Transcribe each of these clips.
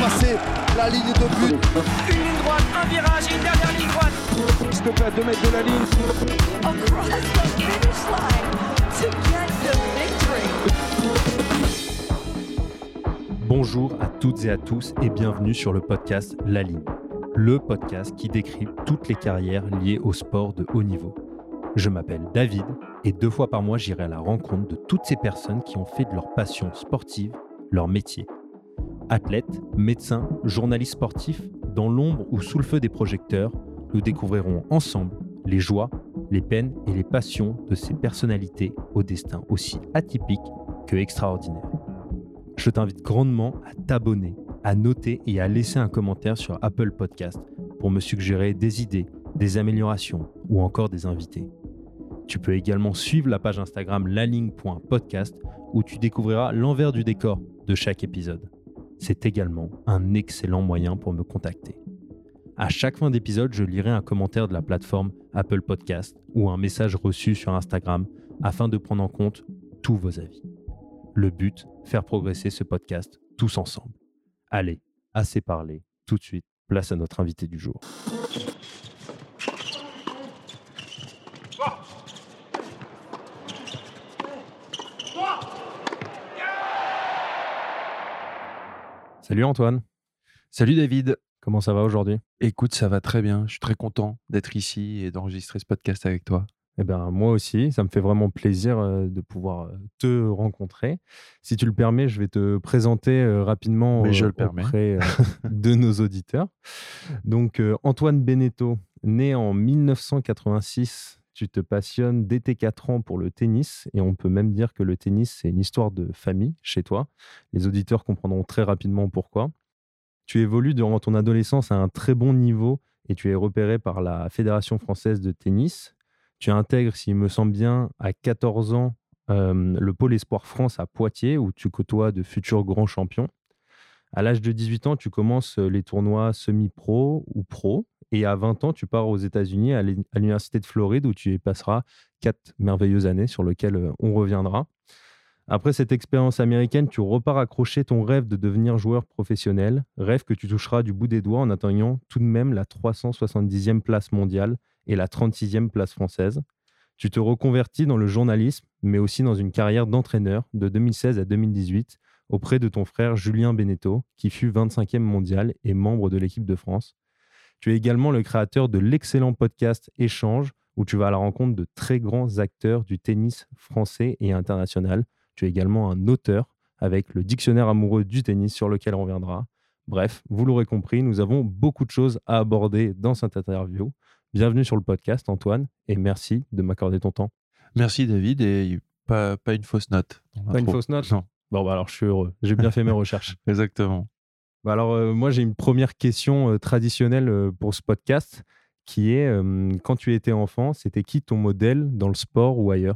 dépasser la ligne de but. Une ligne droite, un virage et une dernière ligne droite. S'il te plaît, à 2 mètres de la ligne. Across the finish line to get the victory. Bonjour à toutes et à tous et bienvenue sur le podcast La Ligne, le podcast qui décrypte toutes les carrières liées au sport de haut niveau. Je m'appelle David et 2 fois par mois, j'irai à la rencontre de toutes ces personnes qui ont fait de leur passion sportive leur métier. Athlètes, médecins, journalistes sportifs, dans l'ombre ou sous le feu des projecteurs, nous découvrirons ensemble les joies, les peines et les passions de ces personnalités au destin aussi atypique que extraordinaire. Je t'invite grandement à t'abonner, à noter et à laisser un commentaire sur Apple Podcast pour me suggérer des idées, des améliorations ou encore des invités. Tu peux également suivre la page Instagram laligne.podcast où tu découvriras l'envers du décor de chaque épisode. C'est également un excellent moyen pour me contacter. À chaque fin d'épisode, je lirai un commentaire de la plateforme Apple Podcast ou un message reçu sur Instagram afin de prendre en compte tous vos avis. Le but, faire progresser ce podcast tous ensemble. Allez, assez parlé, tout de suite, place à notre invité du jour. Salut Antoine. Salut David. Comment ça va aujourd'hui ? Écoute, ça va très bien. Je suis très content d'être ici et d'enregistrer ce podcast avec toi. Eh ben, moi aussi, ça me fait vraiment plaisir de pouvoir te rencontrer. Si tu le permets, je vais te présenter rapidement auprès de nos auditeurs. Donc, Antoine Beneteau, né en 1986, tu te passionnes dès tes 4 ans pour le tennis et on peut même dire que le tennis, c'est une histoire de famille chez toi. Les auditeurs comprendront très rapidement pourquoi. Tu évolues durant ton adolescence à un très bon niveau et tu es repéré par la Fédération française de tennis. Tu intègres, s'il me semble bien, à 14 ans, le pôle Espoir France à Poitiers, où tu côtoies de futurs grands champions. À l'âge de 18 ans, tu commences les tournois semi-pro ou pro. Et à 20 ans, tu pars aux États-Unis, à l'Université de Floride, où tu y passeras 4 merveilleuses années sur lesquelles on reviendra. Après cette expérience américaine, tu repars accrocher ton rêve de devenir joueur professionnel, rêve que tu toucheras du bout des doigts en atteignant tout de même la 370e place mondiale et la 36e place française. Tu te reconvertis dans le journalisme, mais aussi dans une carrière d'entraîneur de 2016 à 2018 auprès de ton frère Julien Beneteau, qui fut 25e mondial et membre de l'équipe de France. Tu es également le créateur de l'excellent podcast Échange, où tu vas à la rencontre de très grands acteurs du tennis français et international. Tu es également un auteur avec le dictionnaire amoureux du tennis sur lequel on reviendra. Bref, vous l'aurez compris, nous avons beaucoup de choses à aborder dans cette interview. Bienvenue sur le podcast, Antoine, et merci de m'accorder ton temps. Merci David, et pas une fausse note. Pas une fausse note ? Non. Bon, alors je suis heureux. J'ai bien fait mes recherches. Exactement. Alors, moi, j'ai une première question traditionnelle pour ce podcast, qui est, quand tu étais enfant, c'était qui ton modèle dans le sport ou ailleurs ?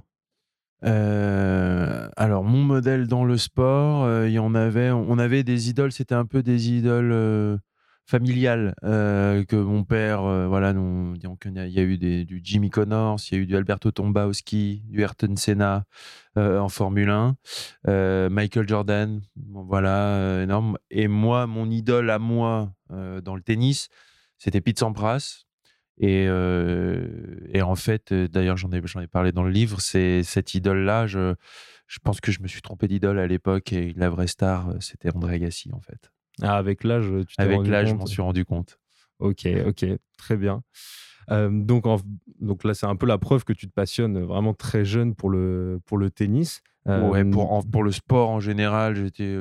Alors, mon modèle dans le sport, on avait des idoles, c'était un peu des idoles familiales que mon père, il y a eu du Jimmy Connors, il y a eu du Alberto Tomba au ski, du Ayrton Senna en Formule 1, Michael Jordan, énorme. Et moi, mon idole à moi dans le tennis, c'était Pete Sampras. Et en fait, d'ailleurs, j'en ai parlé dans le livre, c'est cette idole-là, je pense que je me suis trompé d'idole à l'époque et la vraie star, c'était André Agassi, en fait. Ah, avec l'âge, tu t'es rendu compte ? Avec l'âge, je m'en suis rendu compte. Ok, très bien. Donc là, c'est un peu la preuve que tu te passionnes vraiment très jeune pour le tennis. Ouais, pour le sport en général,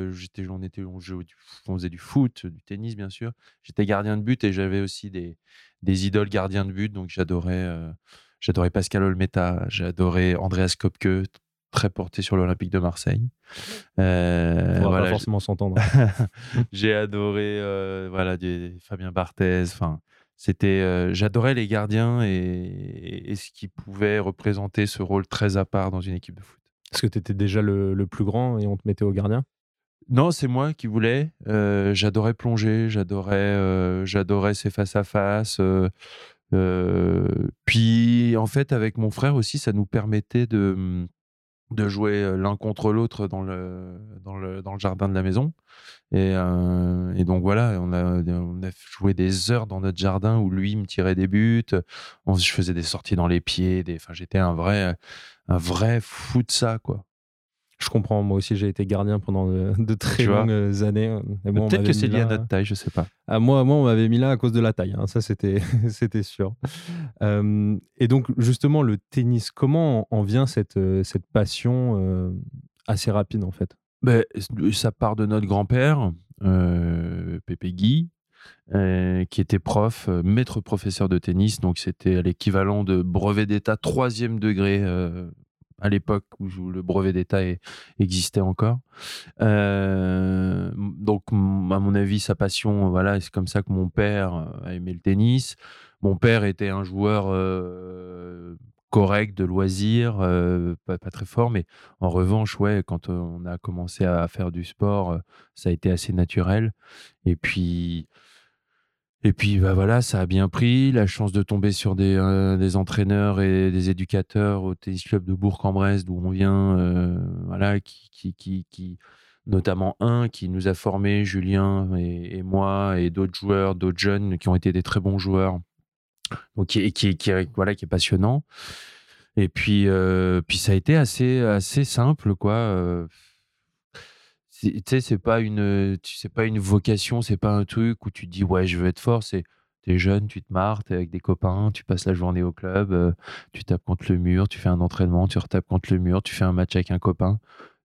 on faisait du foot, du tennis, bien sûr. J'étais gardien de but et j'avais aussi des idoles gardiens de but, donc j'adorais Pascal Olmeta, j'adorais Andreas Köpke, très porté sur l'Olympique de Marseille. On va pas forcément s'entendre. J'ai adoré Fabien Barthez. Enfin, j'adorais les gardiens et ce qui pouvait représenter ce rôle très à part dans une équipe de foot. Est-ce que tu étais déjà le plus grand et on te mettait au gardien ? Non, c'est moi qui voulais. J'adorais plonger, j'adorais ces face-à-face. Puis, en fait, avec mon frère aussi, ça nous permettait de de jouer l'un contre l'autre dans le jardin de la maison. Et donc voilà, on a joué des heures dans notre jardin où lui me tirait des buts. Je faisais des sorties dans les pieds. Enfin, j'étais un vrai fou de ça, quoi. Je comprends, moi aussi j'ai été gardien pendant de très longues années. Peut-être que c'est lié à notre taille, je sais pas. Moi, on m'avait mis là à cause de la taille, hein, ça c'était sûr. Et donc justement, le tennis, comment en vient cette passion assez rapide en fait? Ça part de notre grand-père, Pépé Guy, qui était maître professeur de tennis, donc c'était l'équivalent de brevet d'État 3e degré à l'époque où le brevet d'État existait encore. Donc, à mon avis, sa passion, voilà, c'est comme ça que mon père a aimé le tennis. Mon père était un joueur correct de loisirs, pas très fort, mais en revanche, ouais, quand on a commencé à faire du sport, ça a été assez naturel. Et puis voilà, ça a bien pris. La chance de tomber sur des entraîneurs et des éducateurs au tennis club de Bourg-en-Bresse, d'où on vient, voilà, qui notamment un qui nous a formés, Julien et moi, et d'autres joueurs, d'autres jeunes qui ont été des très bons joueurs. Donc, qui est passionnant. Et puis ça a été assez simple, quoi. Tu sais, c'est pas une vocation, c'est pas un truc où tu te dis ouais, je veux être fort. T'es jeune, tu te marres, t'es avec des copains, tu passes la journée au club, tu tapes contre le mur, tu fais un entraînement, tu retapes contre le mur, tu fais un match avec un copain.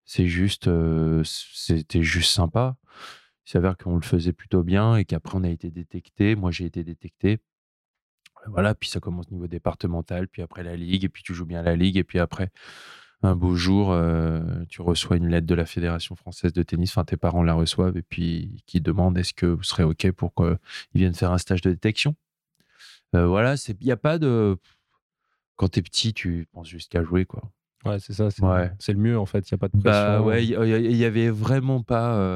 C'était juste sympa. Il s'avère qu'on le faisait plutôt bien et qu'après on a été détecté. Moi, j'ai été détecté. Voilà, puis ça commence au niveau départemental, puis après la ligue, et puis tu joues bien la ligue, et puis après, un beau jour, tu reçois une lettre de la Fédération française de tennis, enfin tes parents la reçoivent, et puis qui demandent est-ce que vous serez OK pour qu'ils viennent faire un stage de détection. Voilà, il n'y a pas de... Quand t'es petit, tu penses juste qu'à jouer, quoi. Ouais, c'est ça, c'est le mieux en fait, il n'y a pas de pression. Bah ouais, il n'y avait vraiment pas...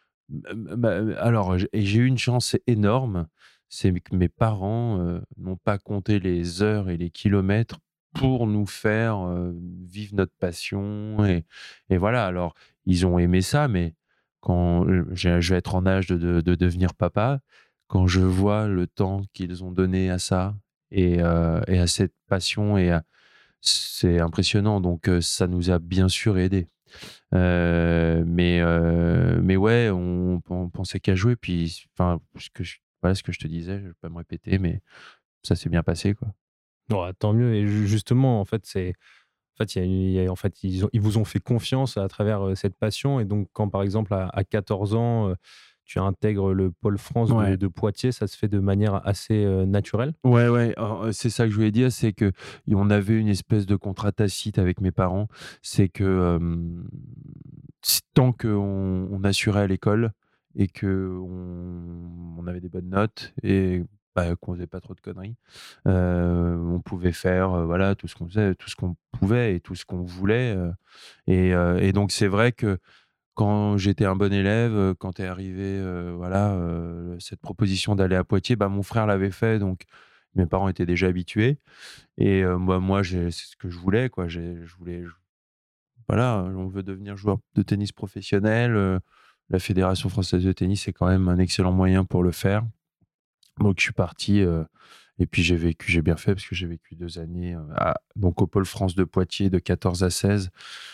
Alors, j'ai eu une chance énorme, c'est que mes parents n'ont pas compté les heures et les kilomètres pour nous faire vivre notre passion. Et voilà, alors, ils ont aimé ça, mais quand je vais être en âge de devenir papa, quand je vois le temps qu'ils ont donné à ça et à cette passion, c'est impressionnant. Donc, ça nous a bien sûr aidés. Mais ouais, on pensait qu'à jouer. Puis, enfin, voilà ce que je te disais, je ne vais pas me répéter, mais ça s'est bien passé, quoi. Ouais, tant mieux. Et justement, en fait, en fait, ils vous ont fait confiance à travers cette passion. Et donc, quand par exemple, à 14 ans, tu intègres le Pôle France de Poitiers, ça se fait de manière assez naturelle. Ouais. Alors, c'est ça que je voulais dire, c'est qu'on avait une espèce de contrat tacite avec mes parents. C'est que tant qu'on assurait à l'école et qu'on avait des bonnes notes et qu'on faisait pas trop de conneries, on pouvait faire voilà, tout ce qu'on faisait, tout ce qu'on pouvait et tout ce qu'on voulait. Et donc, c'est vrai que quand j'étais un bon élève, quand est arrivé voilà, cette proposition d'aller à Poitiers, mon frère l'avait fait, donc mes parents étaient déjà habitués. Et moi c'est ce que je voulais, quoi. Je voulais, voilà, on veut devenir joueur de tennis professionnel. La Fédération française de tennis, c'est quand même un excellent moyen pour le faire. Donc, je suis parti et puis j'ai bien fait parce que j'ai vécu 2 années donc au Pôle France de Poitiers de 14 à 16,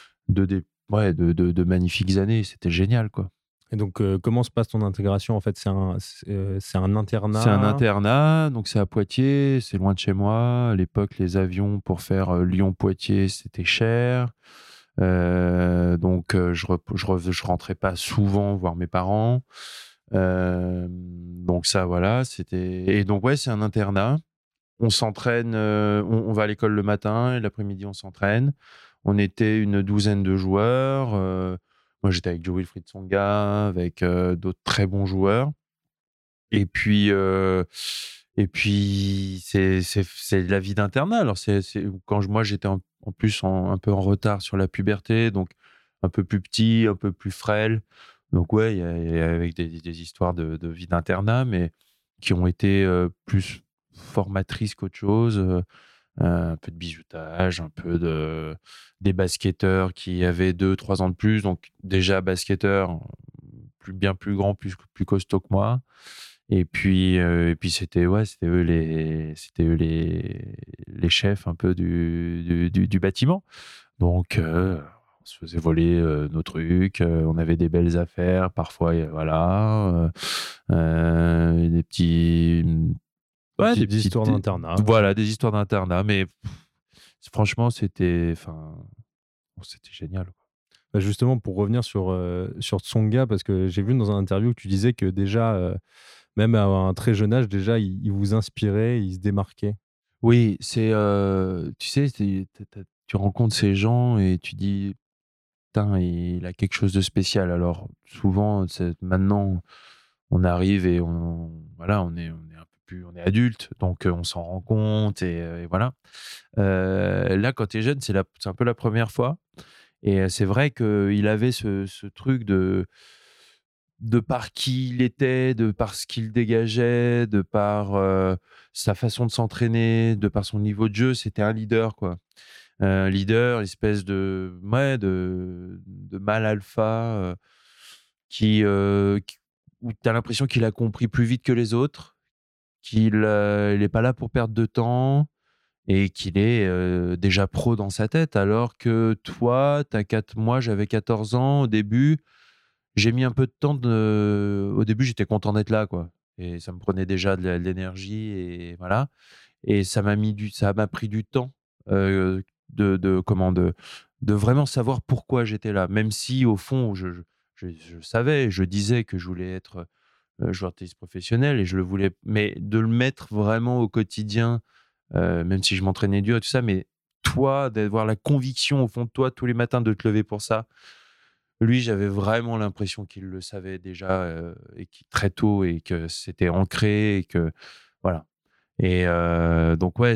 de magnifiques années. C'était génial, quoi. Et donc, comment se passe ton intégration? En fait, c'est un internat? C'est un internat, donc c'est à Poitiers, c'est loin de chez moi. À l'époque, les avions pour faire Lyon-Poitiers, c'était cher. Donc, je rentrais pas souvent voir mes parents. Donc ça, voilà, c'était... Et donc, ouais, c'est un internat. On s'entraîne, on va à l'école le matin et l'après-midi, on s'entraîne. On était une douzaine de joueurs. Moi, j'étais avec Joe Wilfried Tsonga, avec d'autres très bons joueurs. Et puis c'est la vie d'internat. Alors, moi, j'étais en plus un peu en retard sur la puberté, donc un peu plus petit, un peu plus frêle. Donc, ouais, avec des histoires de vie d'internat, mais qui ont été plus formatrices qu'autre chose. un peu de bizutage, un peu des basketteurs qui avaient 2-3 ans de plus, donc déjà basketteurs, bien plus grands, plus costauds que moi. Et puis c'était eux les chefs un peu du bâtiment. Donc on se faisait voler nos trucs, on avait des belles affaires parfois, voilà, des petits des histoires d'internat. Voilà, des histoires d'internat, mais franchement c'était génial, quoi. Bah, justement, pour revenir sur Tsonga, parce que j'ai vu dans un interview que tu disais que déjà, même à un très jeune âge, déjà, il vous inspirait, il se démarquait. Oui, c'est tu sais, tu rencontres ces gens et tu dis: «Putain, il a quelque chose de spécial». Alors souvent, maintenant, on arrive et voilà, on est un peu plus, on est adulte, donc on s'en rend compte et voilà. Là, quand tu es jeune, c'est un peu la première fois et c'est vrai qu'il avait ce truc de par qui il était, de par ce qu'il dégageait, de par sa façon de s'entraîner, de par son niveau de jeu, c'était un leader, quoi. Un leader, espèce de mâle alpha où tu as l'impression qu'il a compris plus vite que les autres, qu'il n'est pas là pour perdre de temps et qu'il est déjà pro dans sa tête. Alors que toi, moi, j'avais 14 ans au début. J'ai mis un peu de temps au début, j'étais content d'être là, quoi, et ça me prenait déjà de l'énergie et voilà, et ça m'a pris du temps, de vraiment savoir pourquoi j'étais là. Même si au fond, je savais, je disais que je voulais être, joueur de tennis professionnel et je le voulais, mais de le mettre vraiment au quotidien, même si je m'entraînais dur et tout ça, mais toi, d'avoir la conviction au fond de toi tous les matins de te lever pour ça. Lui, j'avais vraiment l'impression qu'il le savait déjà, et très tôt, et que c'était ancré et que voilà, et donc ouais,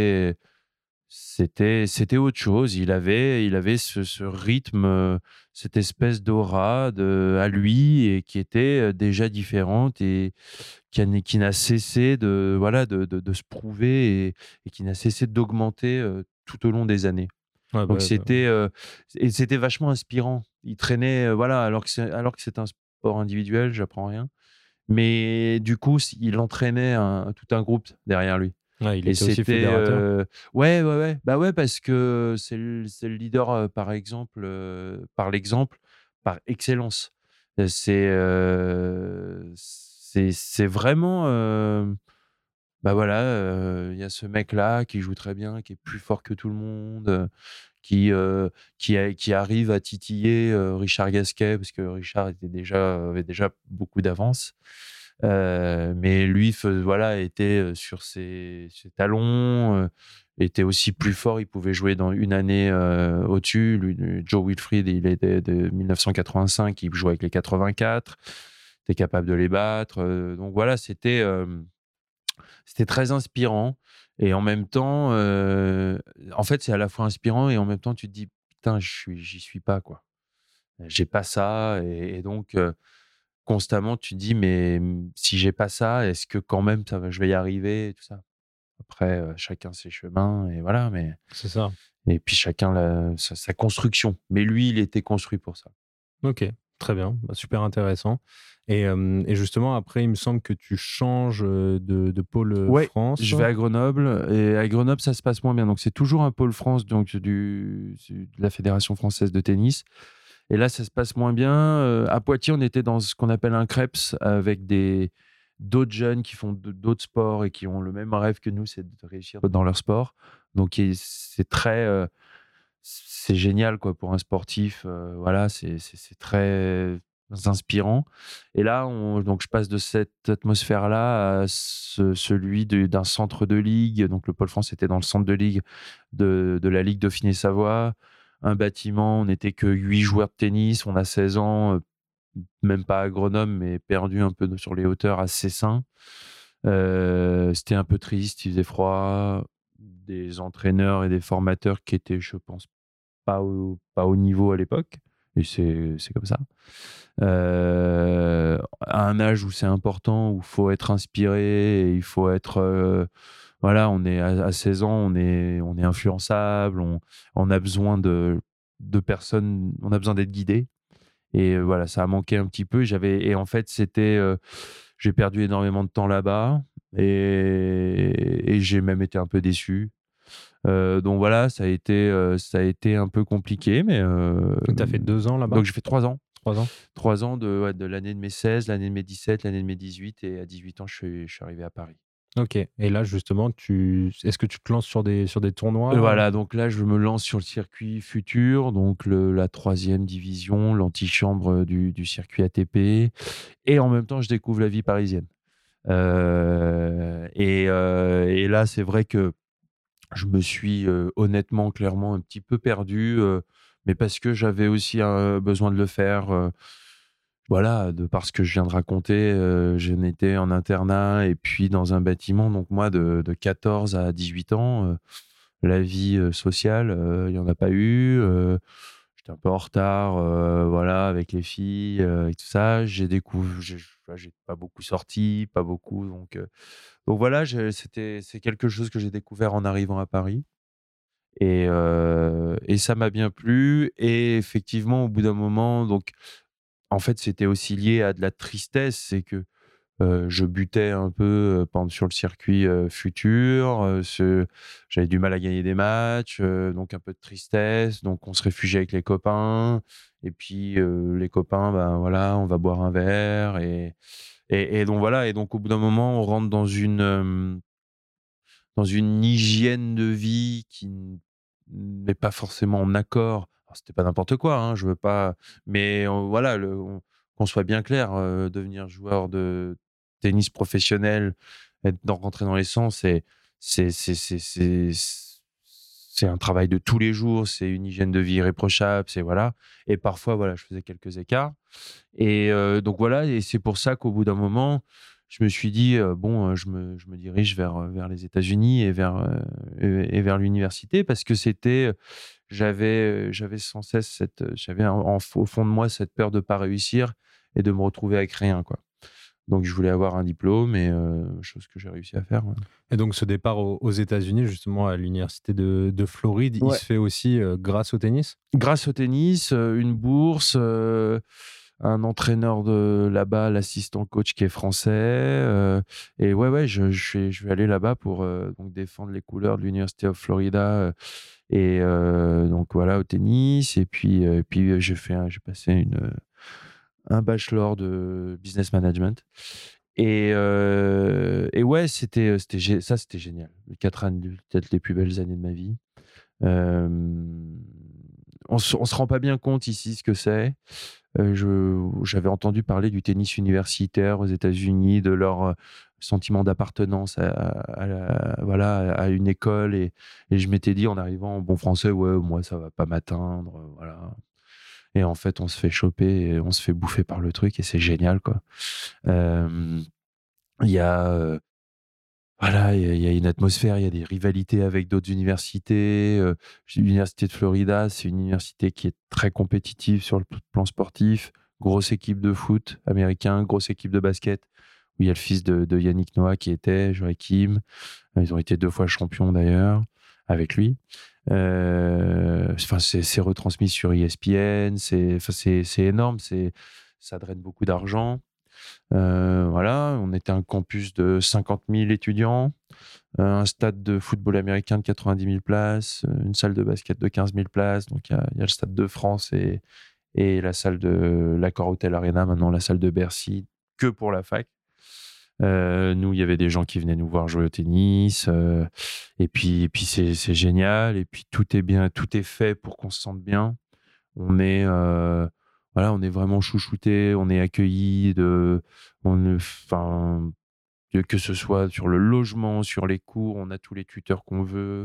c'était autre chose. Il avait ce rythme, cette espèce d'aura à lui, et qui était déjà différente, et qui n'a cessé de se prouver, et qui n'a cessé d'augmenter tout au long des années. Ouais, Donc bah, c'était vachement inspirant. Il traînait, voilà, alors que c'est un sport individuel, j'apprends rien. Mais du coup, il entraînait tout un groupe derrière lui. ouais, il Et était aussi c'était fédérateur. ouais, ouais, ouais. Bah ouais, parce que c'est le leader, par exemple, par l'exemple, par excellence. C'est vraiment, bah voilà, il y a ce mec-là qui joue très bien, qui est plus fort que tout le monde, qui arrive à titiller Richard Gasquet, parce que Richard avait déjà beaucoup d'avance. Mais lui, voilà, était sur ses talons, était aussi plus fort. Il pouvait jouer dans une année au-dessus. Joe Wilfried, il était de 1985, il jouait avec les 84. Il était capable de les battre. Donc voilà, c'était très inspirant. Et en même temps, en fait, c'est à la fois inspirant et en même temps, tu te dis: «Putain, j'y suis pas, quoi. J'ai pas ça», et donc constamment, tu te dis: «Mais si j'ai pas ça, est-ce que quand même je vais y arriver?» et tout ça. Après, chacun ses chemins et voilà, mais C'est ça. et puis chacun sa construction. Mais lui, il était construit pour ça. Ok, très bien, bah, super intéressant. Et justement, après, il me semble que tu changes de pôle Ouais, France. je vais à Grenoble, et à Grenoble, ça se passe moins bien. Donc c'est toujours un pôle France, donc de la Fédération française de tennis. Et là, ça se passe moins bien. À Poitiers, on était dans ce qu'on appelle un Krebs, avec d'autres jeunes qui font d'autres sports et qui ont le même rêve que nous, c'est de réussir dans leur sport. Donc c'est génial, quoi, pour un sportif. Voilà, c'est très inspirant. Et là, donc je passe de cette atmosphère-là à celui d'un centre de ligue. Donc le Pôle France était dans le centre de ligue de la Ligue Dauphiné-Savoie. Un bâtiment, on n'était que 8 joueurs de tennis. On a 16 ans, même pas à Grenoble, mais perdu un peu sur les hauteurs à Cessin. C'était un peu triste, il faisait froid. Des entraîneurs et des formateurs qui étaient, je pense, pas au niveau à l'époque. Et c'est comme ça. À un âge où c'est important, où il faut être inspiré, et il faut être voilà, on est à 16 ans, on est influençable, on a besoin de personnes, on a besoin d'être guidé. Et voilà, ça a manqué un petit peu. Et en fait, j'ai perdu énormément de temps là-bas et j'ai même été un peu déçu. Donc voilà, ça a été un peu compliqué, mais Tu as fait 2 ans là-bas? donc j'ai fait 3 ans. 3 ans? 3 ans de l'année de mes 16, l'année de mes 17, l'année de mes 18 et à 18 ans, je suis arrivé à Paris. OK, et là justement, est-ce que tu te lances sur des tournois? Voilà, donc là, je me lance sur le circuit futur, donc la 3e division, l'antichambre du circuit ATP, et en même temps, je découvre la vie parisienne. Et là, c'est vrai que je me suis honnêtement, clairement, un petit peu perdu, mais parce que j'avais aussi besoin de le faire. Voilà, de par ce que je viens de raconter, je n'étais en internat et puis dans un bâtiment. Donc moi, de 14 à 18 ans, la vie sociale, il n'y en a pas eu. J'étais un peu en retard, voilà, avec les filles et tout ça. J'ai pas beaucoup sorti, pas beaucoup. Donc voilà, c'est quelque chose que j'ai découvert en arrivant à Paris. Et ça m'a bien plu. Et effectivement, au bout d'un moment, donc en fait, c'était aussi lié à de la tristesse. C'est que je butais un peu sur le circuit futur. J'avais du mal à gagner des matchs, donc un peu de tristesse. Donc on se réfugiait avec les copains. Et puis les copains, ben voilà, on va boire un verre. Et donc voilà. Et donc au bout d'un moment, on rentre dans une hygiène de vie qui n'est pas forcément en accord. Alors, c'était pas n'importe quoi, hein, je veux pas, mais voilà, qu'on soit bien clair, devenir joueur de tennis professionnel, rentrer dans l'essence, c'est c'est un travail de tous les jours, c'est une hygiène de vie irréprochable, c'est voilà. Et parfois, voilà, je faisais quelques écarts. Et donc voilà, et c'est pour ça qu'au bout d'un moment, je me suis dit bon, je me dirige vers les États-Unis et vers l'université, parce que j'avais sans cesse j'avais au fond de moi cette peur de pas réussir et de me retrouver avec rien, quoi. Donc je voulais avoir un diplôme, et chose que j'ai réussi à faire. Ouais. Et donc ce départ aux États-Unis, justement à l'université de Floride, il se fait aussi grâce au tennis? Grâce au tennis, une bourse, un entraîneur de là-bas, l'assistant coach qui est français. Et ouais, je vais aller là-bas pour donc défendre les couleurs de l'University of Florida. Donc voilà, au tennis. Et puis j'ai passé un bachelor de business management. Et ouais, c'était génial. Les 4 années, peut-être les plus belles années de ma vie. On se rend pas bien compte ici ce que c'est. J'avais entendu parler du tennis universitaire aux États-Unis, de leur sentiment d'appartenance à une école, et je m'étais dit en arrivant en bon français, ouais, moi ça va pas m'atteindre, voilà. Et en fait, on se fait choper et on se fait bouffer par le truc, et c'est génial, quoi. Il y a voilà, il y a une atmosphère, il y a des rivalités avec d'autres universités. L'université de Florida, c'est une université qui est très compétitive sur le plan sportif. Grosse équipe de foot américain, grosse équipe de basket, où il y a le fils de Yannick Noah qui était, Joachim. Ils ont été 2 fois champions d'ailleurs, avec lui. C'est retransmis sur ESPN, c'est énorme, ça draine beaucoup d'argent. Voilà, on était un campus de 50 000 étudiants, un stade de football américain de 90 000 places, une salle de basket de 15 000 places. Donc il y a le stade de France et la salle de l'Accor Hotel Arena, maintenant la salle de Bercy, que pour la fac. Nous, il y avait des gens qui venaient nous voir jouer au tennis, et puis c'est génial, et puis tout est bien, tout est fait pour qu'on se sente bien. On est vraiment chouchouté, on est accueilli, que ce soit sur le logement, sur les cours, on a tous les tuteurs qu'on veut.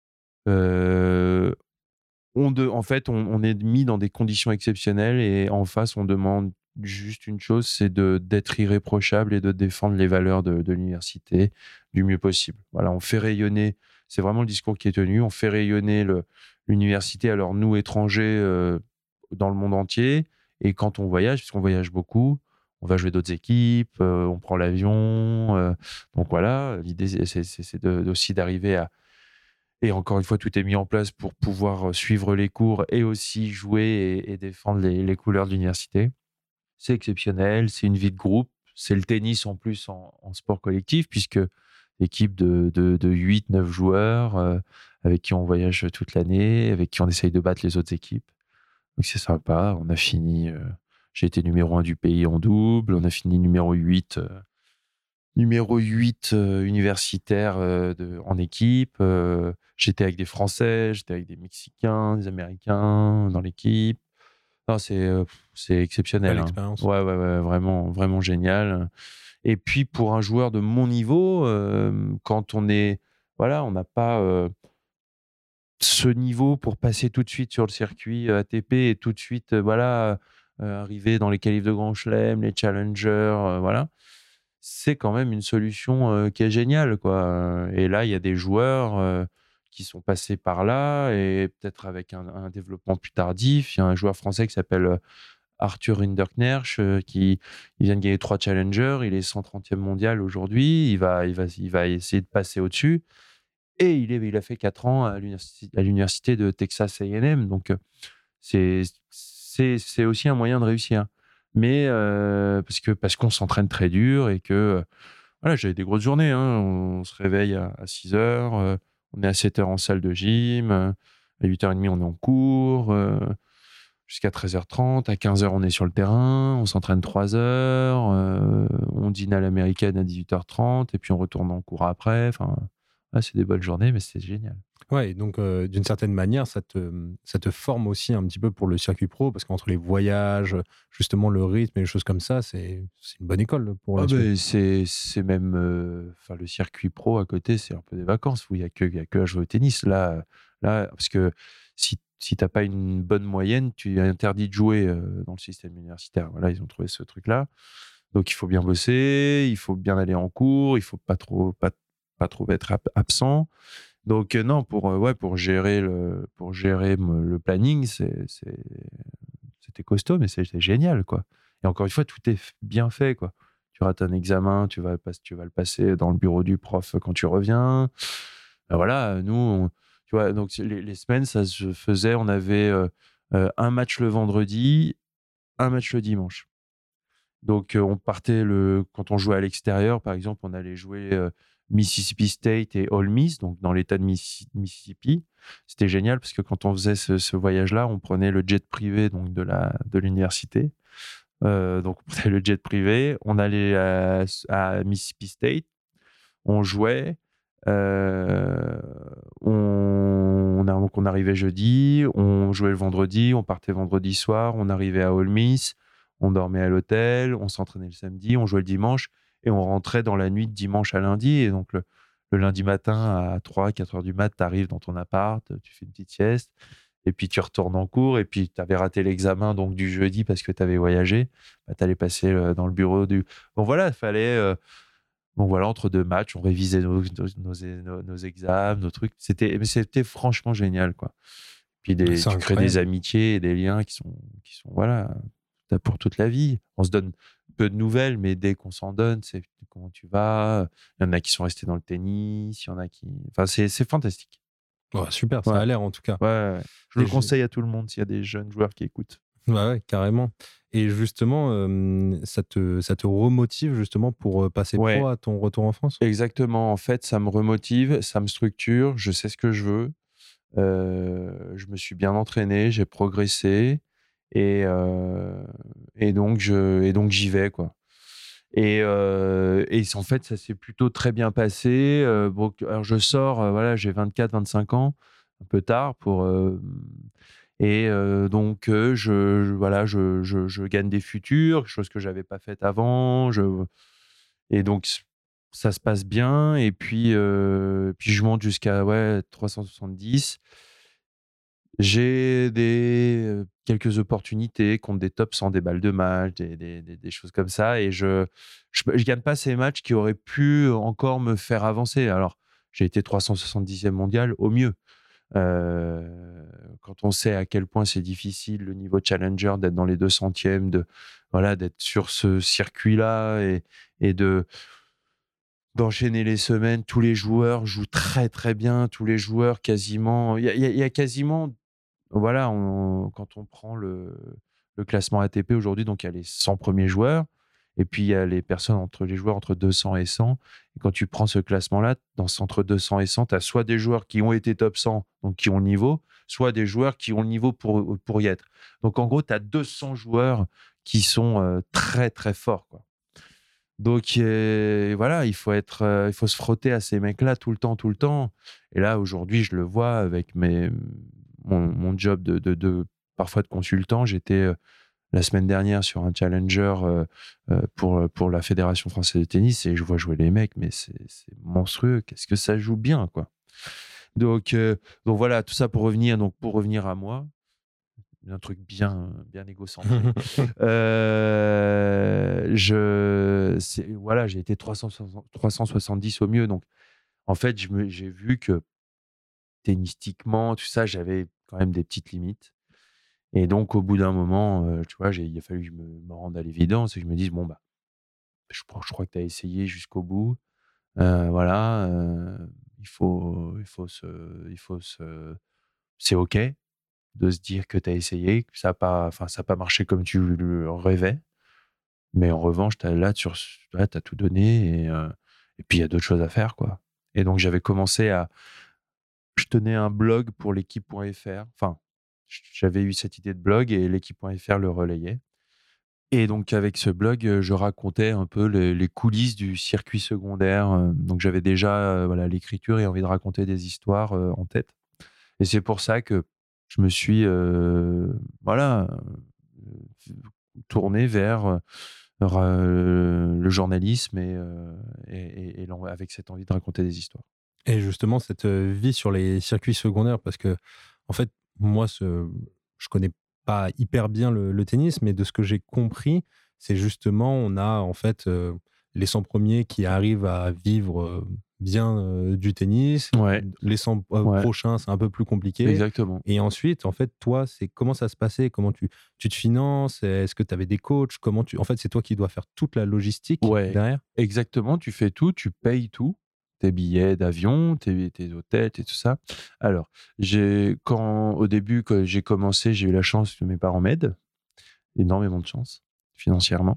En fait, on est mis dans des conditions exceptionnelles, et en face, on demande juste une chose, c'est d'être irréprochable et de défendre les valeurs de l'université du mieux possible. Voilà, on fait rayonner, c'est vraiment le discours qui est tenu, on fait rayonner l'université, alors nous, étrangers, dans le monde entier. Et quand on voyage, parce qu'on voyage beaucoup, on va jouer d'autres équipes, on prend l'avion. Donc voilà, l'idée, c'est aussi d'arriver à... Et encore une fois, tout est mis en place pour pouvoir suivre les cours et aussi jouer et défendre les couleurs de l'université. C'est exceptionnel, c'est une vie de groupe, c'est le tennis en plus en sport collectif, puisque équipe de 8-9 joueurs avec qui on voyage toute l'année, avec qui on essaye de battre les autres équipes. Donc c'est sympa, on a fini, j'ai été numéro 1 du pays en double, on a fini numéro 8 universitaire en équipe. J'étais avec des Français, j'étais avec des Mexicains, des Américains dans l'équipe. Non, c'est exceptionnel. Belle expérience. Ouais, vraiment, vraiment génial. Et puis pour un joueur de mon niveau, quand on n'a pas ce niveau pour passer tout de suite sur le circuit ATP et tout de suite arriver dans les qualifs de Grand Chelem, les challengers, voilà. C'est quand même une solution qui est géniale, quoi. Et là, il y a des joueurs qui sont passés par là et peut-être avec un développement plus tardif. Il y a un joueur français qui s'appelle Arthur Hinderknecht qui vient de gagner 3 challengers. Il est 130e mondial aujourd'hui. Il va essayer de passer au-dessus. Et il a fait 4 ans à l'université de Texas A&M. Donc, c'est aussi un moyen de réussir. Mais parce qu'on s'entraîne très dur et que voilà, j'avais des grosses journées. On se réveille à 6 heures, on est à 7 heures en salle de gym, à 8h30 on est en cours, jusqu'à 13h30, à 15h on est sur le terrain, on s'entraîne 3 heures, on dîne à l'américaine à 18h30 et puis on retourne en cours après. Enfin, c'est des bonnes journées, mais c'est génial. Ouais, et donc d'une certaine manière, ça te forme aussi un petit peu pour le circuit pro, parce qu'entre les voyages, justement le rythme et les choses comme ça, c'est une bonne école pour la suite. C'est même, le circuit pro à côté, c'est un peu des vacances où il y a que à jouer au tennis. Là, parce que si t'as pas une bonne moyenne, tu es interdit de jouer dans le système universitaire. Voilà, ils ont trouvé ce truc-là. Donc il faut bien bosser, il faut bien aller en cours, il faut pas trop être absent. Donc non, pour gérer le planning, c'était costaud, mais c'était génial, quoi. Et encore une fois, tout est bien fait, quoi. Tu rates un examen, tu vas le passer dans le bureau du prof quand tu reviens. Ben voilà, nous, tu vois, donc les semaines, ça se faisait. On avait un match le vendredi, un match le dimanche. Donc on partait quand on jouait à l'extérieur, par exemple, on allait jouer Mississippi State et Ole Miss, donc dans l'État de Mississippi. C'était génial parce que quand on faisait ce voyage-là, on prenait le jet privé donc de l'université. Donc on prenait le jet privé, on allait à Mississippi State, on jouait, on arrivait jeudi, on jouait le vendredi, on partait vendredi soir, on arrivait à Ole Miss, on dormait à l'hôtel, on s'entraînait le samedi, on jouait le dimanche. Et on rentrait dans la nuit de dimanche à lundi. Et donc, le lundi matin, à 3-4 heures du mat, tu arrives dans ton appart, tu fais une petite sieste, et puis tu retournes en cours. Et puis, tu avais raté l'examen donc, du jeudi parce que tu avais voyagé. Tu allais passer dans le bureau du... Bon, voilà, il fallait... entre 2 matchs, on révisait nos examens, nos trucs. C'était franchement génial, quoi. Puis, tu crées des amitiés et des liens qui sont voilà, pour toute la vie. On se donne peu de nouvelles, mais dès qu'on s'en donne, c'est comment tu vas. Il y en a qui sont restés dans le tennis, il y en a qui... Enfin, c'est fantastique. Ouais, super, ça a l'air en tout cas. Ouais. Je le conseille à tout le monde s'il y a des jeunes joueurs qui écoutent. Ouais, carrément. Et justement, ça te remotive justement pour passer pro à ton retour en France ? Exactement. En fait, ça me remotive, ça me structure, je sais ce que je veux. Je me suis bien entraîné, j'ai progressé. Et donc j'y vais, quoi. Et en fait, ça s'est plutôt très bien passé. Alors je sors, j'ai 24-25 ans, un peu tard donc je gagne des futurs, chose que j'avais pas faite avant. Et donc ça se passe bien. Et puis je monte jusqu'à 370. J'ai quelques opportunités contre des top 100, des balles de match, des choses comme ça. Et je gagne pas ces matchs qui auraient pu encore me faire avancer. Alors, j'ai été 370e mondial au mieux. Quand on sait à quel point c'est difficile le niveau challenger d'être dans les 200e, d'être sur ce circuit-là et d'enchaîner les semaines. Tous les joueurs jouent très très bien, tous les joueurs quasiment. Il y a quasiment, voilà, quand on prend le classement ATP aujourd'hui, donc il y a les 100 premiers joueurs. Et puis, il y a les joueurs entre 200 et 100. Et quand tu prends ce classement-là, entre 200 et 100, tu as soit des joueurs qui ont été top 100, donc qui ont le niveau, soit des joueurs qui ont le niveau pour y être. Donc, en gros, tu as 200 joueurs qui sont très, très forts, quoi. Donc, voilà, il faut se frotter à ces mecs-là tout le temps. Et là, aujourd'hui, je le vois avec mon job parfois de consultant. J'étais... la semaine dernière sur un challenger pour la Fédération française de tennis et je vois jouer les mecs, mais c'est monstrueux. Qu'est-ce que ça joue bien, quoi. Donc voilà, tout ça pour revenir à moi, un truc bien égocentré. J'ai été 370 au mieux. Donc en fait, j'ai vu que tennistiquement, tout ça, j'avais quand même des petites limites. Et donc, au bout d'un moment, tu vois, il a fallu que je me rende à l'évidence et que je me dise, bon, bah, je crois que tu as essayé jusqu'au bout. Voilà, c'est OK de se dire que tu as essayé, que ça n'a pas marché comme tu le rêvais. Mais en revanche, tu as tout donné et puis il y a d'autres choses à faire, quoi. Et donc, j'avais commencé je tenais un blog pour l'équipe.fr. Enfin, j'avais eu cette idée de blog et l'équipe.fr le relayait. Et donc, avec ce blog, je racontais un peu les coulisses du circuit secondaire. Donc, j'avais déjà l'écriture et envie de raconter des histoires en tête. Et c'est pour ça que je me suis tourné vers le journalisme et avec cette envie de raconter des histoires. Et justement, cette vie sur les circuits secondaires, parce que, en fait, moi, je connais pas hyper bien le tennis, mais de ce que j'ai compris, c'est justement, on a en fait les 100 premiers qui arrivent à vivre bien du tennis. Ouais. Les 100 prochains, c'est un peu plus compliqué. Exactement. Et ensuite, en fait, toi, comment ça se passait? Comment tu te finances? Est-ce que tu avais des coachs? En fait, c'est toi qui dois faire toute la logistique derrière? Exactement, tu fais tout, tu payes tout. Tes billets d'avion, tes hôtels et tout ça. Alors, au début, quand j'ai commencé, j'ai eu la chance que mes parents m'aident. Énormément de chance, financièrement.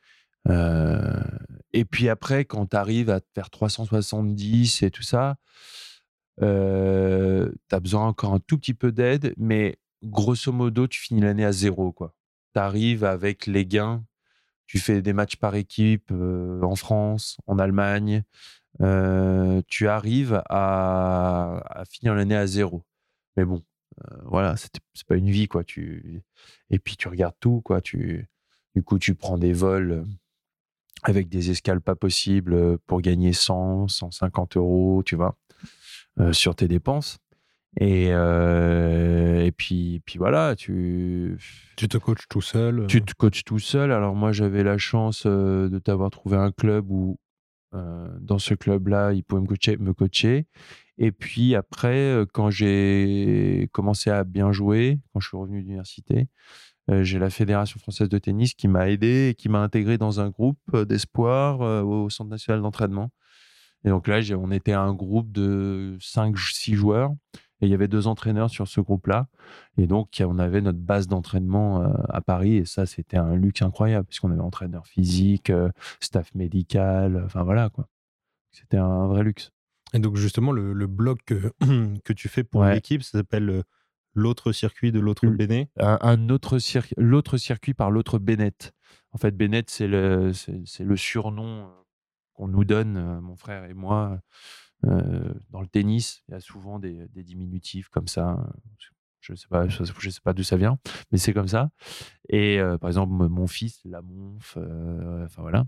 Et puis après, quand tu arrives à te faire 370 et tout ça, tu as besoin encore un tout petit peu d'aide, mais grosso modo, tu finis l'année à 0, quoi. Tu arrives avec les gains, tu fais des matchs par équipe en France, en Allemagne. Tu arrives à finir l'année à 0. Mais bon, voilà, c'est pas une vie, quoi. Et puis tu regardes tout, quoi. Du coup, tu prends des vols avec des escales pas possibles pour gagner 100, 150 €, tu vois, sur tes dépenses. Et puis voilà, tu te coaches tout seul. Tu te coaches tout seul. Alors moi, j'avais la chance de t'avoir trouvé un club où dans ce club-là, il pouvait me coacher. Et puis après, quand j'ai commencé à bien jouer, quand je suis revenu de l'université, j'ai la Fédération française de tennis qui m'a aidé et qui m'a intégré dans un groupe d'espoir au Centre national d'entraînement. Et donc là, on était un groupe de 5-6 joueurs et il y avait 2 entraîneurs sur ce groupe-là. Et donc, on avait notre base d'entraînement à Paris et ça, c'était un luxe incroyable puisqu'on avait entraîneur physique, staff médical, enfin voilà, quoi. C'était un vrai luxe. Et donc, justement, le blog que tu fais pour l'équipe, ça s'appelle L'autre circuit de l'autre Bennett. L'autre circuit par l'autre Bennett. En fait, Bennett, c'est le surnom qu'on nous donne, mon frère et moi, dans le tennis. Il y a souvent des diminutifs comme ça. Je sais pas d'où ça vient, mais c'est comme ça. Et par exemple, mon fils, la Monf, enfin voilà.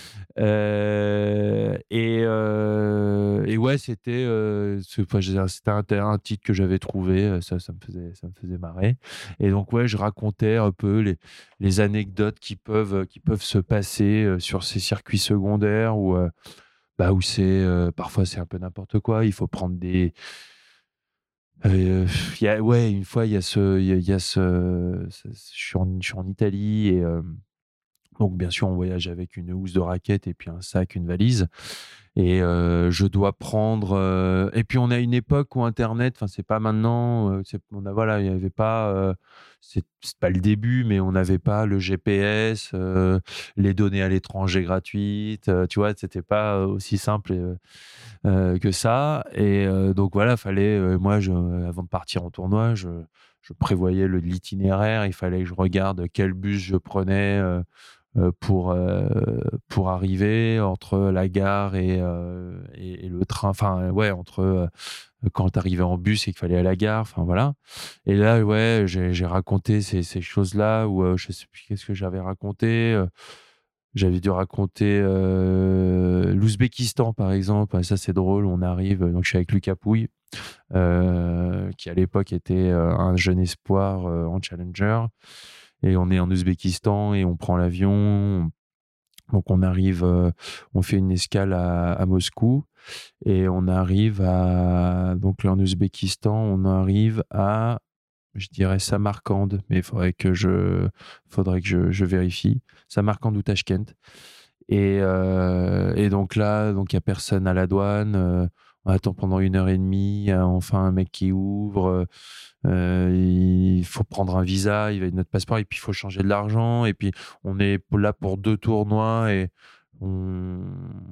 Et ouais, c'était un titre que j'avais trouvé, ça me faisait marrer. Et donc ouais, je racontais un peu les anecdotes qui peuvent se passer sur ces circuits secondaires où c'est parfois c'est un peu n'importe quoi. Il faut prendre Une fois, il y a je suis en Italie et donc bien sûr, on voyage avec une housse de raquettes et puis un sac, une valise. Et je dois prendre. Et puis on a une époque où Internet, enfin c'est pas maintenant, il y avait pas. C'est pas le début, mais on n'avait pas le GPS, les données à l'étranger gratuites. Tu vois, c'était pas aussi simple que ça. Et donc voilà, fallait. Moi, avant de partir en tournoi, je prévoyais l'itinéraire. Il fallait que je regarde quel bus je prenais. Pour arriver entre la gare et le train, enfin entre quand t'arrivais en bus et qu'il fallait aller à la gare, enfin voilà. Et là j'ai raconté ces choses-là où je sais plus qu'est-ce que j'avais raconté. J'avais dû raconter l'Ouzbékistan par exemple. Ça c'est drôle, on arrive, donc je suis avec Lucas Pouille qui à l'époque était un jeune espoir en challenger. Et on est en Ouzbékistan et on prend l'avion. Donc on arrive, on fait une escale à Moscou et on arrive donc là en Ouzbékistan, on arrive à, je dirais Samarcande, mais il faudrait que je vérifie. Samarcande ou Tachkent. Et donc là, il n'y a personne à la douane. On attend pendant 1h30. Il y a enfin un mec qui ouvre. Il faut prendre un visa, il va notre passeport, et puis il faut changer de l'argent. Et puis on est là pour 2 tournois et on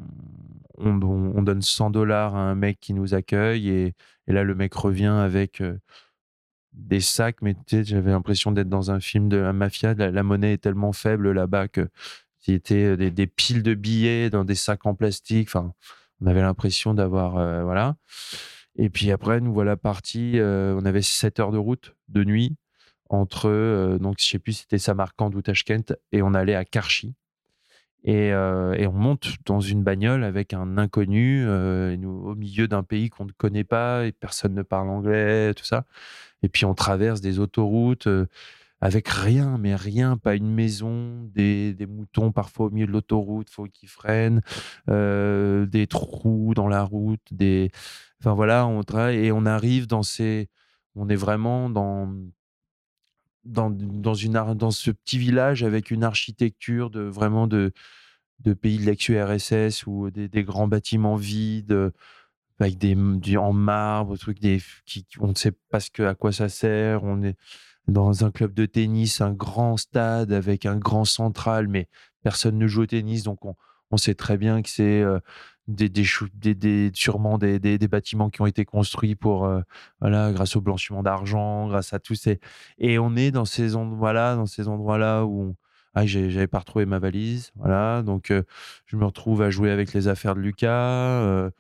donne $100 à un mec qui nous accueille. Et là, le mec revient avec des sacs. Mais tu sais, j'avais l'impression d'être dans un film de la mafia. La monnaie est tellement faible là-bas que c'était des piles de billets dans des sacs en plastique. Enfin, on avait l'impression d'avoir... voilà. Et puis après, nous voilà partis. On avait 7 heures de route de nuit entre, donc je ne sais plus si c'était Samarcande ou Tachkent, et on allait à Karchi. Et on monte dans une bagnole avec un inconnu au milieu d'un pays qu'on ne connaît pas et personne ne parle anglais, tout ça. Et puis on traverse des autoroutes avec rien, mais rien, pas une maison, des moutons parfois au milieu de l'autoroute, faut qu'ils freinent, des trous dans la route, enfin voilà, on travaille et on arrive on est vraiment dans ce petit village avec une architecture de pays de l'ex-URSS ou des grands bâtiments vides avec en marbre, on ne sait pas à quoi ça sert. On est dans un club de tennis, un grand stade avec un grand central, mais personne ne joue au tennis, donc on sait très bien que c'est sûrement des bâtiments qui ont été construits pour grâce au blanchiment d'argent, grâce à tous ces... Et on est dans ces endroits-là où j'avais pas retrouvé ma valise, voilà, donc je me retrouve à jouer avec les affaires de Lucas.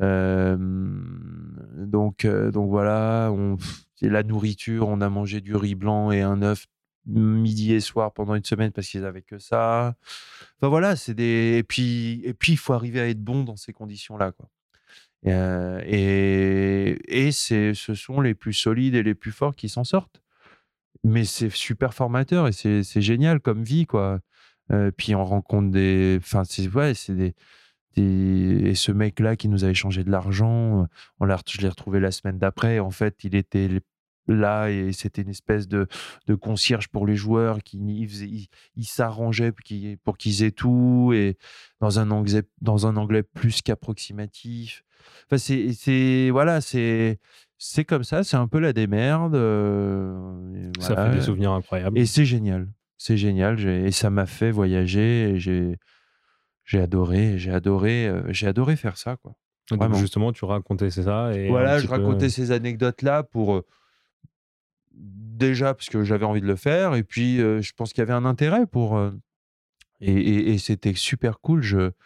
Donc voilà, la nourriture, on a mangé du riz blanc et un œuf midi et soir pendant une semaine parce qu'ils avaient que ça. Enfin voilà, et puis il faut arriver à être bon dans ces conditions-là, quoi. Et ce sont les plus solides et les plus forts qui s'en sortent. Mais c'est super formateur et c'est génial comme vie, quoi. Puis on rencontre et ce mec-là qui nous avait changé de l'argent, je l'ai retrouvé la semaine d'après. En fait, il était là et c'était une espèce de concierge pour les joueurs il s'arrangeait pour qu'ils aient tout et dans un anglais plus qu'approximatif. Enfin, c'est comme ça, c'est un peu la démerde. Ça fait des souvenirs incroyables. Et c'est génial. C'est génial. Et ça m'a fait voyager. Et j'ai adoré faire ça, quoi. Donc justement, tu racontais ça. Et voilà, je racontais ces anecdotes-là pour... déjà, parce que j'avais envie de le faire. Et puis, je pense qu'il y avait un intérêt pour... et c'était super cool.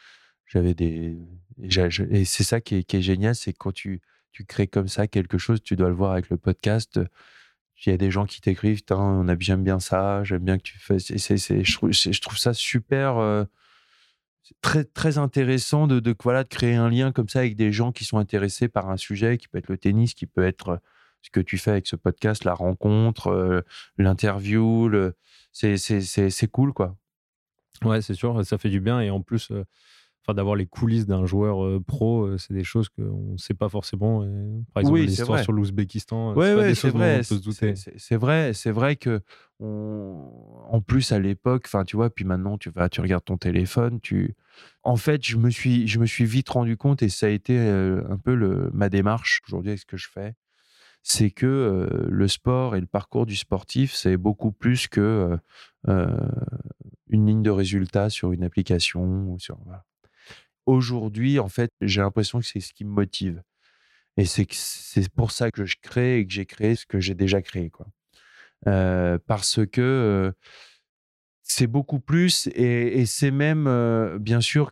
Et c'est ça qui est génial, c'est quand tu crées comme ça quelque chose, tu dois le voir avec le podcast. Il y a des gens qui t'écrivent, j'aime bien ça, j'aime bien que tu fais. Je trouve ça super, très très intéressant de créer un lien comme ça avec des gens qui sont intéressés par un sujet qui peut être le tennis, qui peut être ce que tu fais avec ce podcast, la rencontre, l'interview. C'est cool, quoi. Ouais, c'est sûr, ça fait du bien et en plus. d'avoir les coulisses d'un joueur pro, c'est des choses qu'on ne sait pas forcément. Par exemple, l'histoire sur l'Ouzbékistan, c'est pas des choses dont on peut se douter. C'est vrai que en plus à l'époque, tu vois, puis maintenant tu regardes ton téléphone, en fait, je me suis vite rendu compte, et ça a été un peu ma démarche aujourd'hui avec ce que je fais, c'est que le sport et le parcours du sportif, c'est beaucoup plus que une ligne de résultats sur une application. Voilà. Aujourd'hui, en fait, j'ai l'impression que c'est ce qui me motive. Et c'est pour ça que je crée et que j'ai créé ce que j'ai déjà créé, quoi. Parce que c'est beaucoup plus, et c'est même, bien sûr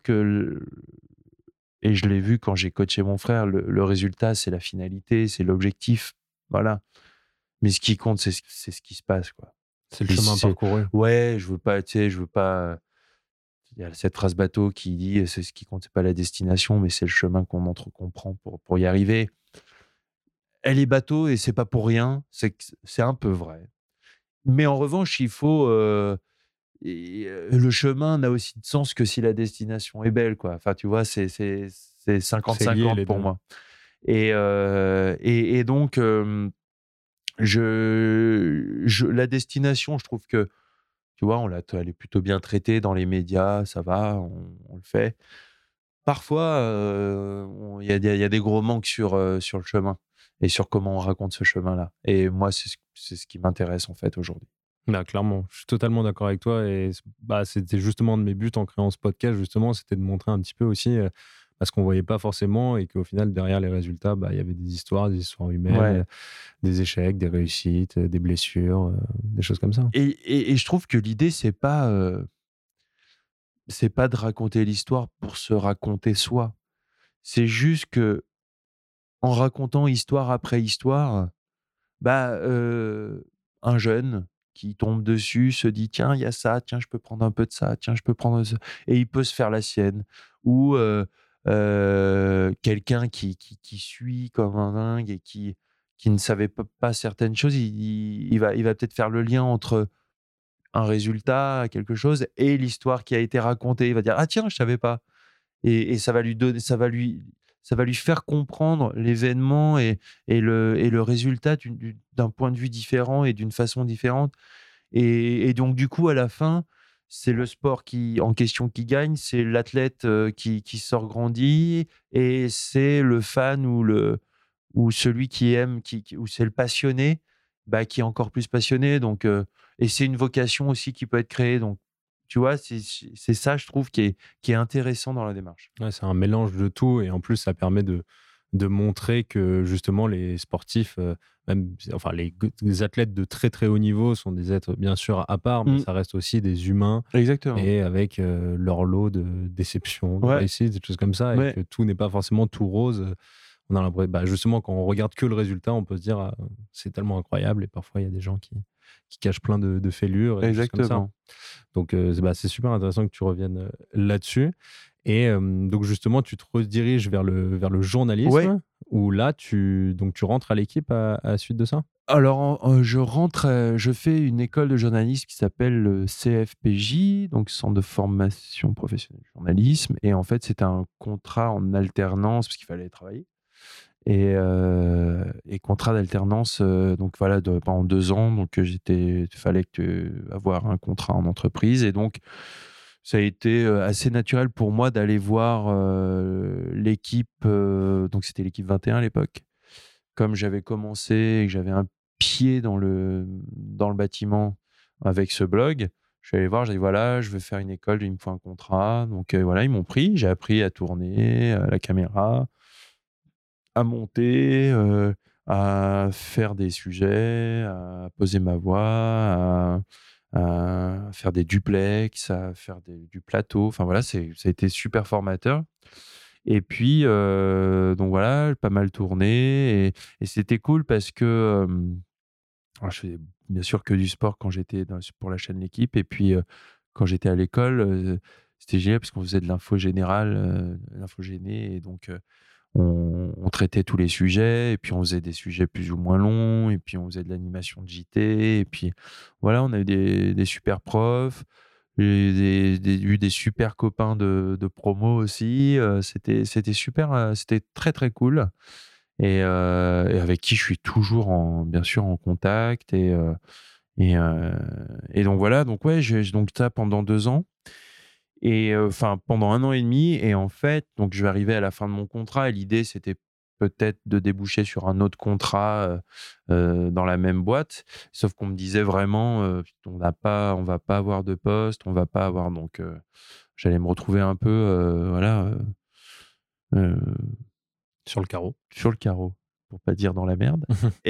et je l'ai vu quand j'ai coaché mon frère, le résultat, c'est la finalité, c'est l'objectif, voilà. Mais ce qui compte, c'est ce qui se passe, quoi. C'est le chemin parcouru. Ouais, je veux pas. Il y a cette phrase bateau qui dit c'est ce qui compte, c'est pas la destination, mais c'est le chemin qu'on prend pour y arriver. Elle est bateau, et c'est pas pour rien. C'est un peu vrai. Mais en revanche, il faut. Le chemin n'a aussi de sens que si la destination est belle, quoi. Enfin, tu vois, c'est 50-50 pour moi. Et donc, la destination, je trouve que, tu vois, elle est plutôt bien traitée dans les médias, ça va, on le fait. Parfois, il y a des gros manques sur le chemin et sur comment on raconte ce chemin-là. Et moi, c'est ce qui m'intéresse, en fait, aujourd'hui. Clairement, je suis totalement d'accord avec toi, et c'était justement de mes buts en créant ce podcast, justement, c'était de montrer un petit peu aussi ce qu'on voyait pas forcément, et qu'au final, derrière les résultats, il y avait des histoires humaines, des échecs, des réussites, des blessures, des choses comme ça. Et je trouve que l'idée, c'est pas de raconter l'histoire pour se raconter soi. C'est juste que, en racontant histoire après histoire, un jeune qui tombe dessus se dit tiens, il y a ça, tiens, je peux prendre un peu de ça, tiens, je peux prendre ça, et il peut se faire la sienne. Ou quelqu'un qui suit comme un dingue et qui ne savait pas certaines choses, il va peut-être faire le lien entre un résultat, quelque chose, et l'histoire qui a été racontée. Il va dire ah tiens, je savais pas, et ça va lui faire comprendre l'événement et le résultat d'un point de vue différent et d'une façon différente. Et donc, du coup, à la fin, c'est le sport en question qui gagne, c'est l'athlète qui sort grandi, et c'est le fan ou celui qui aime, ou c'est le passionné qui est encore plus passionné. Donc, et c'est une vocation aussi qui peut être créée. Donc, tu vois, c'est ça, je trouve, qui est intéressant dans la démarche. Ouais, c'est un mélange de tout, et en plus, ça permet de montrer que justement les sportifs, les athlètes de très très haut niveau sont des êtres bien sûr à part, mais ça reste aussi des humains. Exactement. Et avec leur lot de déceptions, de réussites, des choses comme ça, et que tout n'est pas forcément tout rose. On a l'impression, justement, quand on regarde que le résultat, on peut se dire c'est tellement incroyable, et parfois il y a des gens qui cachent plein de fêlures. Exactement. Comme ça. Donc c'est super intéressant que tu reviennes là-dessus. Et donc justement, tu te rediriges vers le journalisme, où là, tu rentres à l'équipe à la suite de ça? Alors, je fais une école de journalisme qui s'appelle le CFPJ, donc Centre de formation professionnelle du journalisme. Et en fait, c'était un contrat en alternance, parce qu'il fallait travailler. Et contrat d'alternance, donc voilà, pendant 2 ans. Donc, il fallait avoir un contrat en entreprise. Et donc, ça a été assez naturel pour moi d'aller voir l'équipe. Donc, c'était l'équipe 21 à l'époque. Comme j'avais commencé et que j'avais un pied dans le bâtiment avec ce blog, je suis allé voir, j'ai dit voilà, je veux faire une école, il me faut un contrat. Donc voilà, ils m'ont pris. J'ai appris à tourner à la caméra, à monter, à faire des sujets, à poser ma voix, à faire des duplex, à faire du plateau. Enfin voilà, ça a été super formateur. Et puis, donc voilà, pas mal tourné. Et c'était cool parce que je faisais bien sûr que du sport quand j'étais pour la chaîne L'Équipe. Et puis, quand j'étais à l'école, c'était génial parce qu'on faisait de l'info générale, l'infogéné. Et donc, on traitait tous les sujets. Et puis, on faisait des sujets plus ou moins longs. Et puis, on faisait de l'animation de JT. Et puis, voilà, on a eu des super profs. J'ai eu des super copains de promo aussi. C'était super, c'était très, très cool et avec qui je suis toujours bien sûr en contact et donc voilà. Donc ouais, j'ai donc ça pendant 2 ans et enfin pendant 1 an et demi et en fait, donc je vais arriver à la fin de mon contrat et l'idée, c'était peut-être de déboucher sur un autre contrat, dans la même boîte. Sauf qu'on me disait vraiment, «On va pas avoir de poste, on va pas avoir» donc j'allais me retrouver un peu, voilà, heu, Sur le carreau. sur le carreau, pour pas dire dans la merde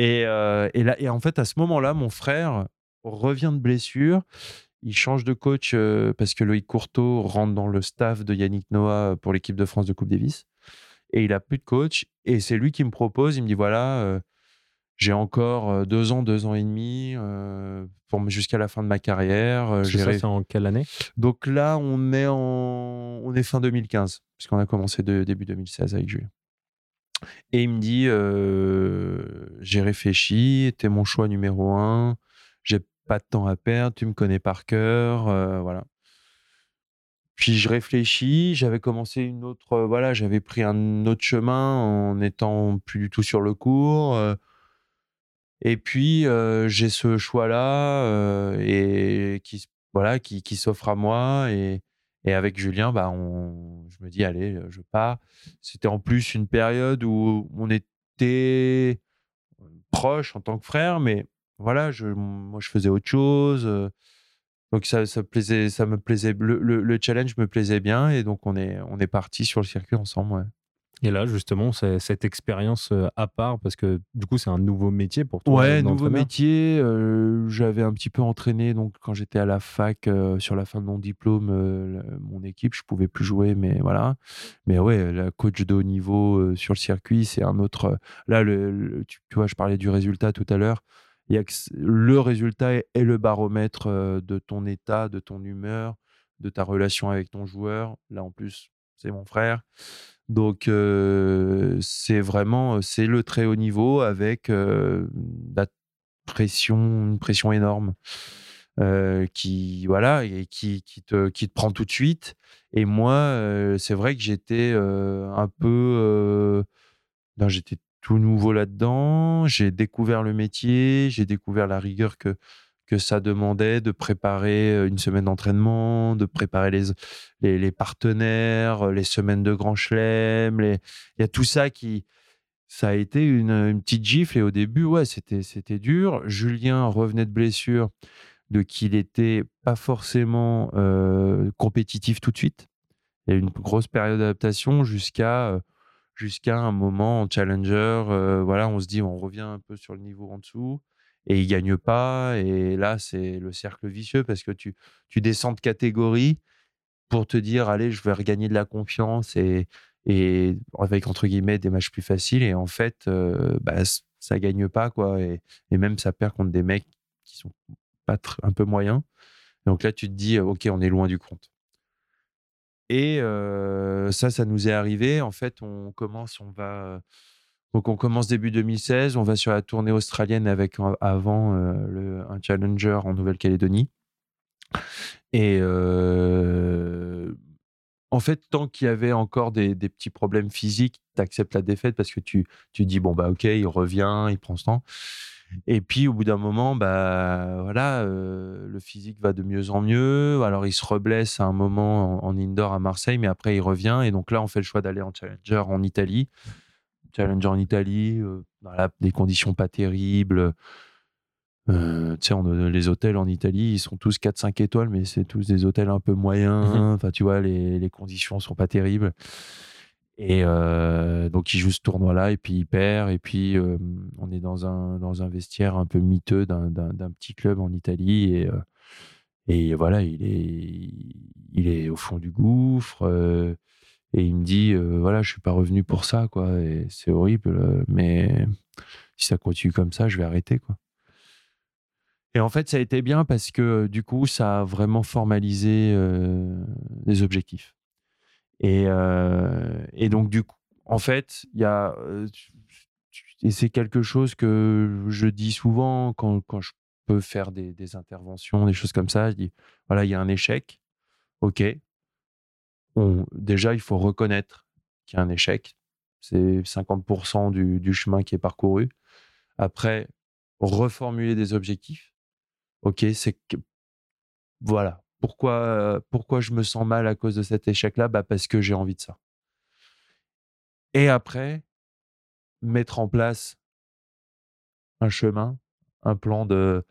et en fait, à ce moment-là, mon frère revient de blessure. Il change de coach, parce que Loïc Courteau rentre dans le staff de Yannick Noah, pour l'équipe de France de Coupe Davis et il a plus de coach et c'est lui qui me propose, il me dit: «Voilà, j'ai encore, 2 ans et demi, jusqu'à la fin de ma carrière, Parce que ça, c'est en quelle année? donc là, on est fin 2015 puisqu'on a commencé début 2016 avec Julien et il me dit, «J'ai réfléchi, tu es mon choix numéro 1, j'ai pas de temps à perdre, tu me connais par cœur», voilà. Puis je réfléchis, j'avais commencé une autre, voilà, j'avais pris un autre chemin en étant plus du tout sur le court, et puis, j'ai ce choix-là, et voilà, qui s'offre à moi et avec Julien, bah, je me dis: «Allez, je pars». C'était en plus une période où on était proches en tant que frères, mais voilà, moi, je faisais autre chose, donc ça me plaisait, le challenge me plaisait bien et donc on est partis sur le circuit ensemble, ouais. Et là, justement, c'est cette expérience à part, parce que du coup, c'est un nouveau métier pour toi Ouais, nouveau d'entraîneur. métier, j'avais un petit peu entraîné donc quand j'étais à la fac, sur la fin de mon diplôme, mon équipe, je pouvais plus jouer, mais voilà. Mais ouais, la coach de haut niveau, sur le circuit, c'est un autre, là tu vois, je parlais du résultat tout à l'heure. Il y a que le résultat est le baromètre, de ton état, de ton humeur, de ta relation avec ton joueur. Là, en plus, c'est mon frère. Donc c'est vraiment, c'est le très haut niveau avec, la une pression énorme, qui voilà et qui te prend tout de suite et moi, c'est vrai que j'étais, un peu, ben, j'étais tout nouveau là-dedans. J'ai découvert le métier, j'ai découvert la rigueur que ça demandait de préparer, une semaine d'entraînement, de préparer les partenaires, les semaines de Grand Chelem, il y a tout ça ça a été une petite gifle et au début, ouais, c'était dur. Julien revenait de blessure, donc il était pas forcément, compétitif tout de suite. Il y a eu une grosse période d'adaptation jusqu'à un moment en challenger, voilà, on se dit: «On revient un peu sur le niveau en dessous» et il gagne pas et là, c'est le cercle vicieux parce que tu descends de catégorie pour te dire: «Allez, je vais regagner de la confiance et avec entre guillemets «des matchs plus faciles» et en fait, bah, ça gagne pas quoi et même ça perd contre des mecs qui sont pas un peu moyens. Donc là, tu te dis: «OK, on est loin du compte». Et ça nous est arrivé. En fait, on commence début 2016, on va sur la tournée australienne avec avant, un challenger en Nouvelle-Calédonie et en fait, tant qu'il y avait encore des petits problèmes physiques, tu acceptes la défaite parce que tu dis: «Bon, bah, OK, il revient, il prend ce temps». Et puis, au bout d'un moment, bah, voilà, le physique va de mieux en mieux. Alors, il se reblesse à un moment en indoor à Marseille, mais après, il revient. Et donc là, on fait le choix d'aller en challenger en Italie. Challenger en Italie, voilà, des conditions pas terribles. Tu sais, les hôtels en Italie, ils sont tous 4-5 étoiles, mais c'est tous des hôtels un peu moyens. Enfin, tu vois, les conditions sont pas terribles. Et donc il joue ce tournoi-là et puis il perd et puis, on est dans un vestiaire un peu miteux d'un petit club en Italie et voilà, il est au fond du gouffre, et il me dit, «Voilà, je suis pas revenu pour ça, quoi et c'est horrible, mais si ça continue comme ça, je vais arrêter, quoi». Et en fait, ça a été bien parce que, du coup, ça a vraiment formalisé, les objectifs. Et donc du coup, en fait, il y a, et c'est quelque chose que je dis souvent quand peut faire des interventions, des choses comme ça. Je dis, voilà, il y a un échec. OK. Déjà, il faut reconnaître qu'il y a un échec. C'est 50% du chemin qui est parcouru. Après, reformuler des objectifs. OK, c'est que, voilà. Pourquoi je me sens mal à cause de cet échec-là? Parce que j'ai envie de ça. Et après, mettre en place un chemin, un plan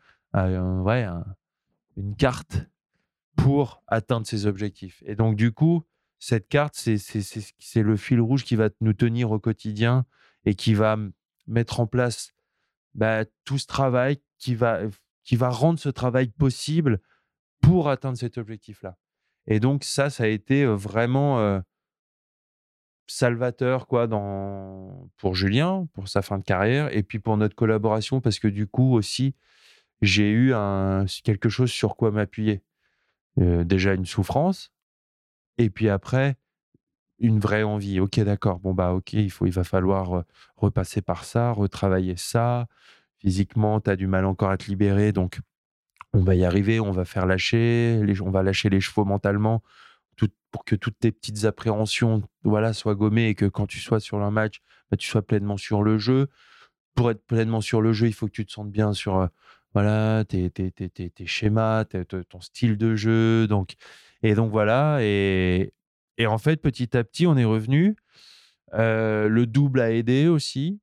une carte pour atteindre ces objectifs. Et donc, du coup, cette carte, c'est le fil rouge qui va nous tenir au quotidien et qui va mettre en place tout ce travail qui va rendre ce travail possible pour atteindre cet objectif-là. Et donc, ça a été vraiment salvateur quoi, pour Julien, pour sa fin de carrière, et puis pour notre collaboration, parce que du coup aussi, j'ai eu quelque chose sur quoi m'appuyer. Déjà une souffrance, et puis après, une vraie envie. Ok, d'accord, ok, il va falloir repasser par ça, retravailler ça. Physiquement, tu as du mal encore à te libérer, donc on va y arriver, on va lâcher les chevaux mentalement, pour que toutes tes petites appréhensions soient gommées, et que quand tu sois sur un match, tu sois pleinement sur le jeu. Pour être pleinement sur le jeu, il faut que tu te sentes bien sur tes schémas, ton style de jeu. Donc voilà. Et en fait, petit à petit, on est revenu. Le double a aidé aussi.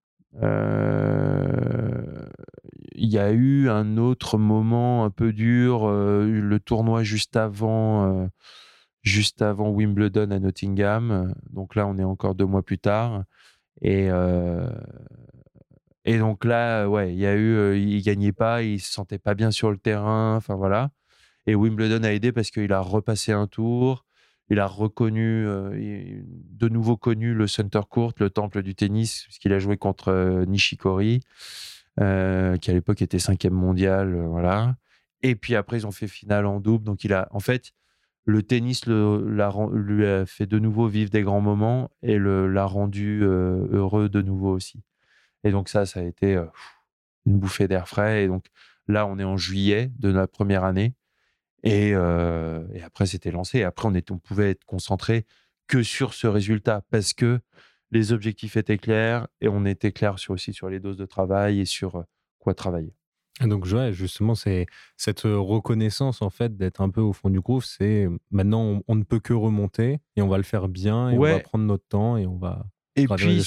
Il y a eu un autre moment un peu dur, le tournoi juste avant Wimbledon à Nottingham. Donc là, on est encore 2 mois plus tard. Et donc là, il y a eu, il gagnait pas, il se sentait pas bien sur le terrain. Enfin voilà. Et Wimbledon a aidé parce qu'il a repassé un tour. Il a de nouveau connu le Center Court, le temple du tennis, puisqu'il a joué contre Nishikori, qui à l'époque était 5e mondial. Voilà. Et puis après, ils ont fait finale en double. Donc en fait, le tennis lui a fait de nouveau vivre des grands moments et l'a rendu heureux de nouveau aussi. Et donc ça a été une bouffée d'air frais. Et donc là, on est en juillet de la première année. Et après, c'était lancé. Et après, on pouvait être concentré que sur ce résultat, parce que les objectifs étaient clairs et on était clair aussi sur les doses de travail et sur quoi travailler. Donc, justement, c'est cette reconnaissance, en fait, d'être un peu au fond du groupe. C'est maintenant, on ne peut que remonter et on va le faire bien et on va prendre notre temps et on va. Et puis,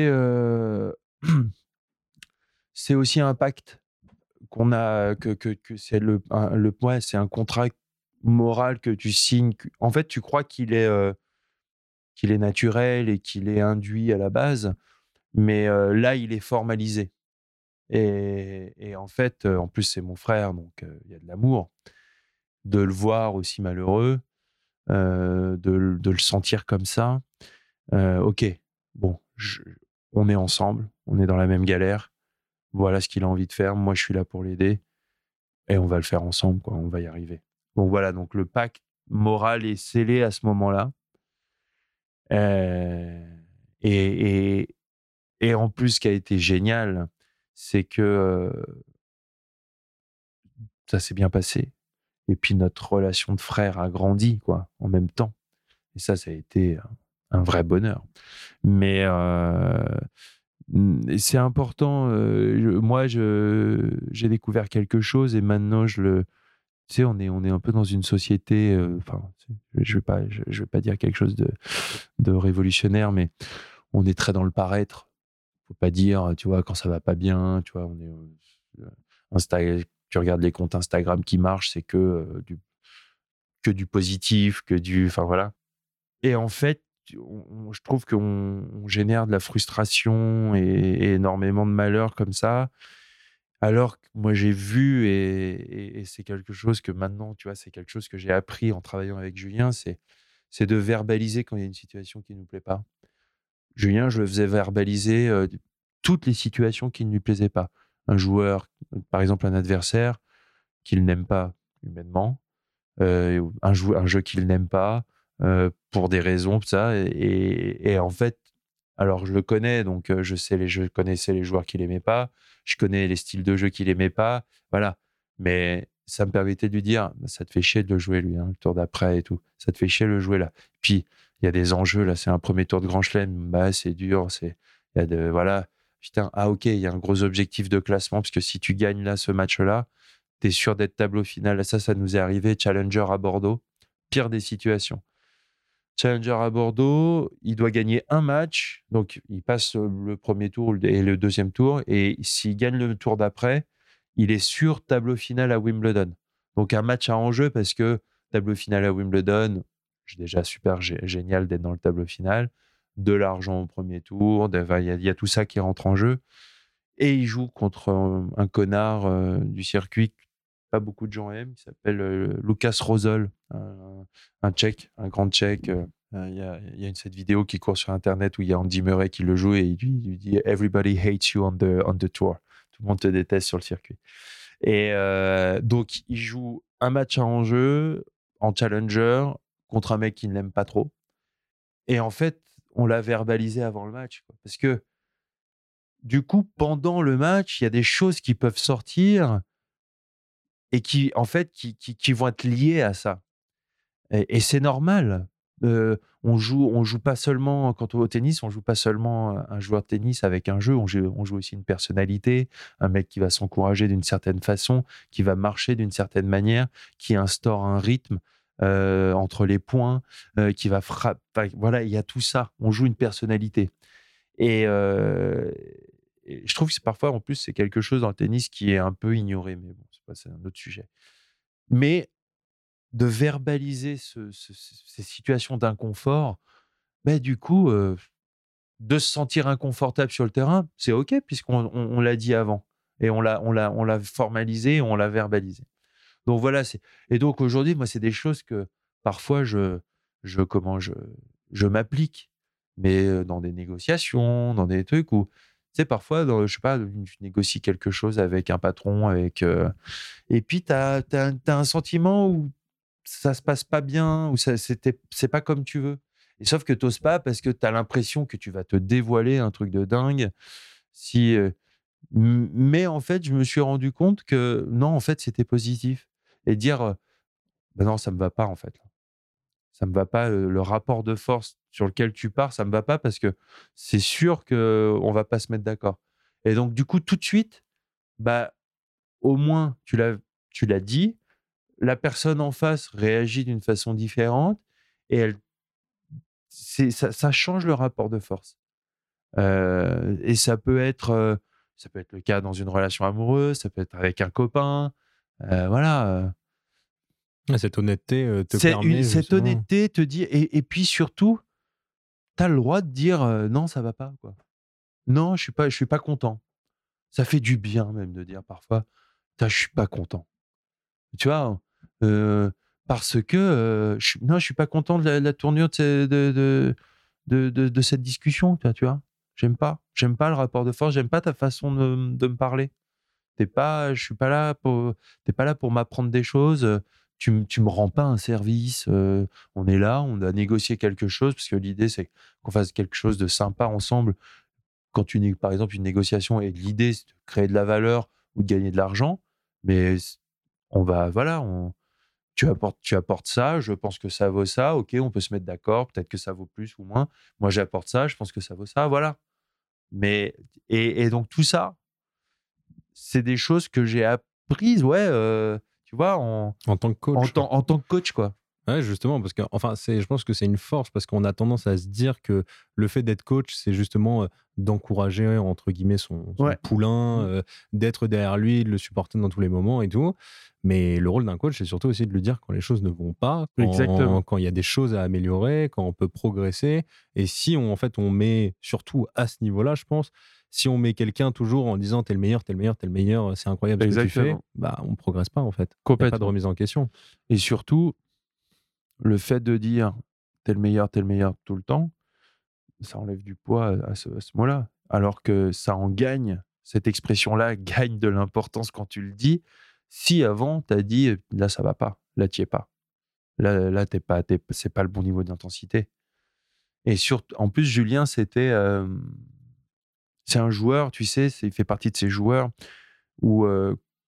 c'est aussi un pacte qu'on a, que c'est c'est un contrat moral que tu signes. En fait, tu crois qu'il est naturel et qu'il est induit à la base, mais là, il est formalisé. Et en fait, en plus, c'est mon frère, donc il y a de l'amour. De le voir aussi malheureux, de le sentir comme ça. Ok, bon, on est ensemble, on est dans la même galère. Voilà ce qu'il a envie de faire. Moi, je suis là pour l'aider. Et on va le faire ensemble, quoi. On va y arriver. Donc voilà, donc le pacte moral est scellé à ce moment-là. Et en plus, ce qui a été génial, c'est que ça s'est bien passé. Et puis notre relation de frère a grandi, quoi, en même temps. Et ça a été un vrai bonheur. Mais c'est important. Moi, j'ai découvert quelque chose et maintenant tu sais, on est un peu dans une société. Je vais pas dire quelque chose de révolutionnaire, mais on est très dans le paraître. Faut pas dire, tu vois, quand ça va pas bien, tu vois, on est tu regardes les comptes Instagram qui marchent, c'est que du positif, enfin voilà. Et en fait, je trouve qu'on génère de la frustration et énormément de malheur comme ça. Alors que moi, j'ai vu, et c'est quelque chose que maintenant, tu vois, c'est quelque chose que j'ai appris en travaillant avec Julien, c'est de verbaliser quand il y a une situation qui ne nous plaît pas. Julien, je le faisais verbaliser toutes les situations qui ne lui plaisaient pas. Un joueur, par exemple un adversaire qu'il n'aime pas humainement, un jeu qu'il n'aime pas, pour des raisons, ça. Et en fait, alors je le connais, donc je connaissais les joueurs qu'il aimait pas, je connais les styles de jeu qu'il aimait pas, voilà. Mais ça me permettait de lui dire, ça te fait chier de le jouer, lui, le tour d'après et tout. Ça te fait chier de le jouer là. Puis, il y a des enjeux, là. C'est un premier tour de Grand Chelem. C'est dur. Il y a voilà. Putain, ok, il y a un gros objectif de classement, parce que si tu gagnes là, ce match-là, tu es sûr d'être tableau final. Ça nous est arrivé. Challenger à Bordeaux. Pire des situations. Challenger à Bordeaux, il doit gagner un match. Donc, il passe le premier tour et le deuxième tour. Et s'il gagne le tour d'après, il est sûr tableau final à Wimbledon. Donc, un match à enjeu, parce que tableau final à Wimbledon, c'est déjà super génial d'être dans le tableau final. De l'argent au premier tour. Il y a tout ça qui rentre en jeu. Et il joue contre un connard du circuit. Pas beaucoup de gens aiment. Il s'appelle Lukas Rosol, un Tchèque, un grand Tchèque. Il y a cette vidéo qui court sur Internet où il y a Andy Murray qui le joue et il lui dit « Everybody hates you on the tour ». Tout le monde te déteste sur le circuit. Et donc, il joue un match à enjeu en challenger contre un mec qui ne l'aime pas trop. Et en fait, on l'a verbalisé avant le match, quoi. Parce que du coup, pendant le match, il y a des choses qui peuvent sortir et qui, en fait, qui vont être liées à ça. Et c'est normal. On joue pas seulement, quand on va au tennis, on joue pas seulement un joueur de tennis avec un jeu, on joue aussi une personnalité, un mec qui va s'encourager d'une certaine façon, qui va marcher d'une certaine manière, qui instaure un rythme entre les points, qui va frapper. Voilà, il y a tout ça. On joue une personnalité. Et je trouve que parfois, en plus, c'est quelque chose dans le tennis qui est un peu ignoré, mais bon, c'est un autre sujet. Mais de verbaliser ces situations d'inconfort, du coup, de se sentir inconfortable sur le terrain, c'est OK, puisqu'on l'a dit avant. Et on l'a formalisé, on l'a verbalisé. Donc voilà, et donc aujourd'hui, moi, c'est des choses que parfois je m'applique, mais dans des négociations, dans des trucs où, tu sais, parfois, je sais pas, tu négocies quelque chose avec un patron, et puis t'as un sentiment où ça se passe pas bien, ou c'est pas comme tu veux. Et sauf que t'oses pas parce que t'as l'impression que tu vas te dévoiler un truc de dingue. Mais en fait, je me suis rendu compte que non, en fait, c'était positif. Et dire, non, ça me va pas, en fait. Ça me va pas, le rapport de force sur lequel tu pars, ça me va pas parce que c'est sûr qu'on va pas se mettre d'accord. Et donc, du coup, tout de suite, au moins, tu l'as dit, la personne en face réagit d'une façon différente et ça change le rapport de force. Et ça peut être le cas dans une relation amoureuse, ça peut être avec un copain, voilà. Cette honnêteté te permet Cette honnêteté te dit, et puis surtout, tu as le droit de dire non, ça va pas, quoi. Non, je suis pas content. Ça fait du bien même de dire parfois, je suis pas content. Tu vois, parce que je suis pas content de la tournure de cette discussion, tu vois. J'aime pas le rapport de force, j'aime pas ta façon de me parler. T'es pas là pour m'apprendre des choses. Tu me rends pas un service. On est là, on a négocié quelque chose, parce que l'idée, c'est qu'on fasse quelque chose de sympa ensemble. Quand par exemple, une négociation, et l'idée, c'est de créer de la valeur ou de gagner de l'argent, mais tu apportes ça, je pense que ça vaut ça, ok, on peut se mettre d'accord, peut-être que ça vaut plus ou moins. Moi, j'apporte ça, je pense que ça vaut ça, voilà. Mais, et donc, tout ça, c'est des choses que j'ai apprises, tu vois, en tant que coach. En tant que coach, quoi. Ouais, justement, parce que je pense que c'est une force, parce qu'on a tendance à se dire que le fait d'être coach, c'est justement d'encourager, entre guillemets, son poulain, d'être derrière lui, de le supporter dans tous les moments et tout. Mais le rôle d'un coach, c'est surtout aussi de lui dire quand les choses ne vont pas, quand il y a des choses à améliorer, quand on peut progresser. Et si on met, surtout à ce niveau-là, je pense, si on met quelqu'un toujours en disant t'es le meilleur, c'est incroyable ce que tu fais, on progresse pas, en fait. Il n'y a pas de remise en question. Et surtout, le fait de dire t'es le meilleur tout le temps, ça enlève du poids à ce mot-là. Alors que ça en gagne, cette expression-là gagne de l'importance quand tu le dis. Si avant, tu as dit là, ça va pas, là, tu n'y es pas. Là, c'est pas le bon niveau d'intensité. Et en plus, Julien, c'est un joueur, tu sais, il fait partie de ces joueurs où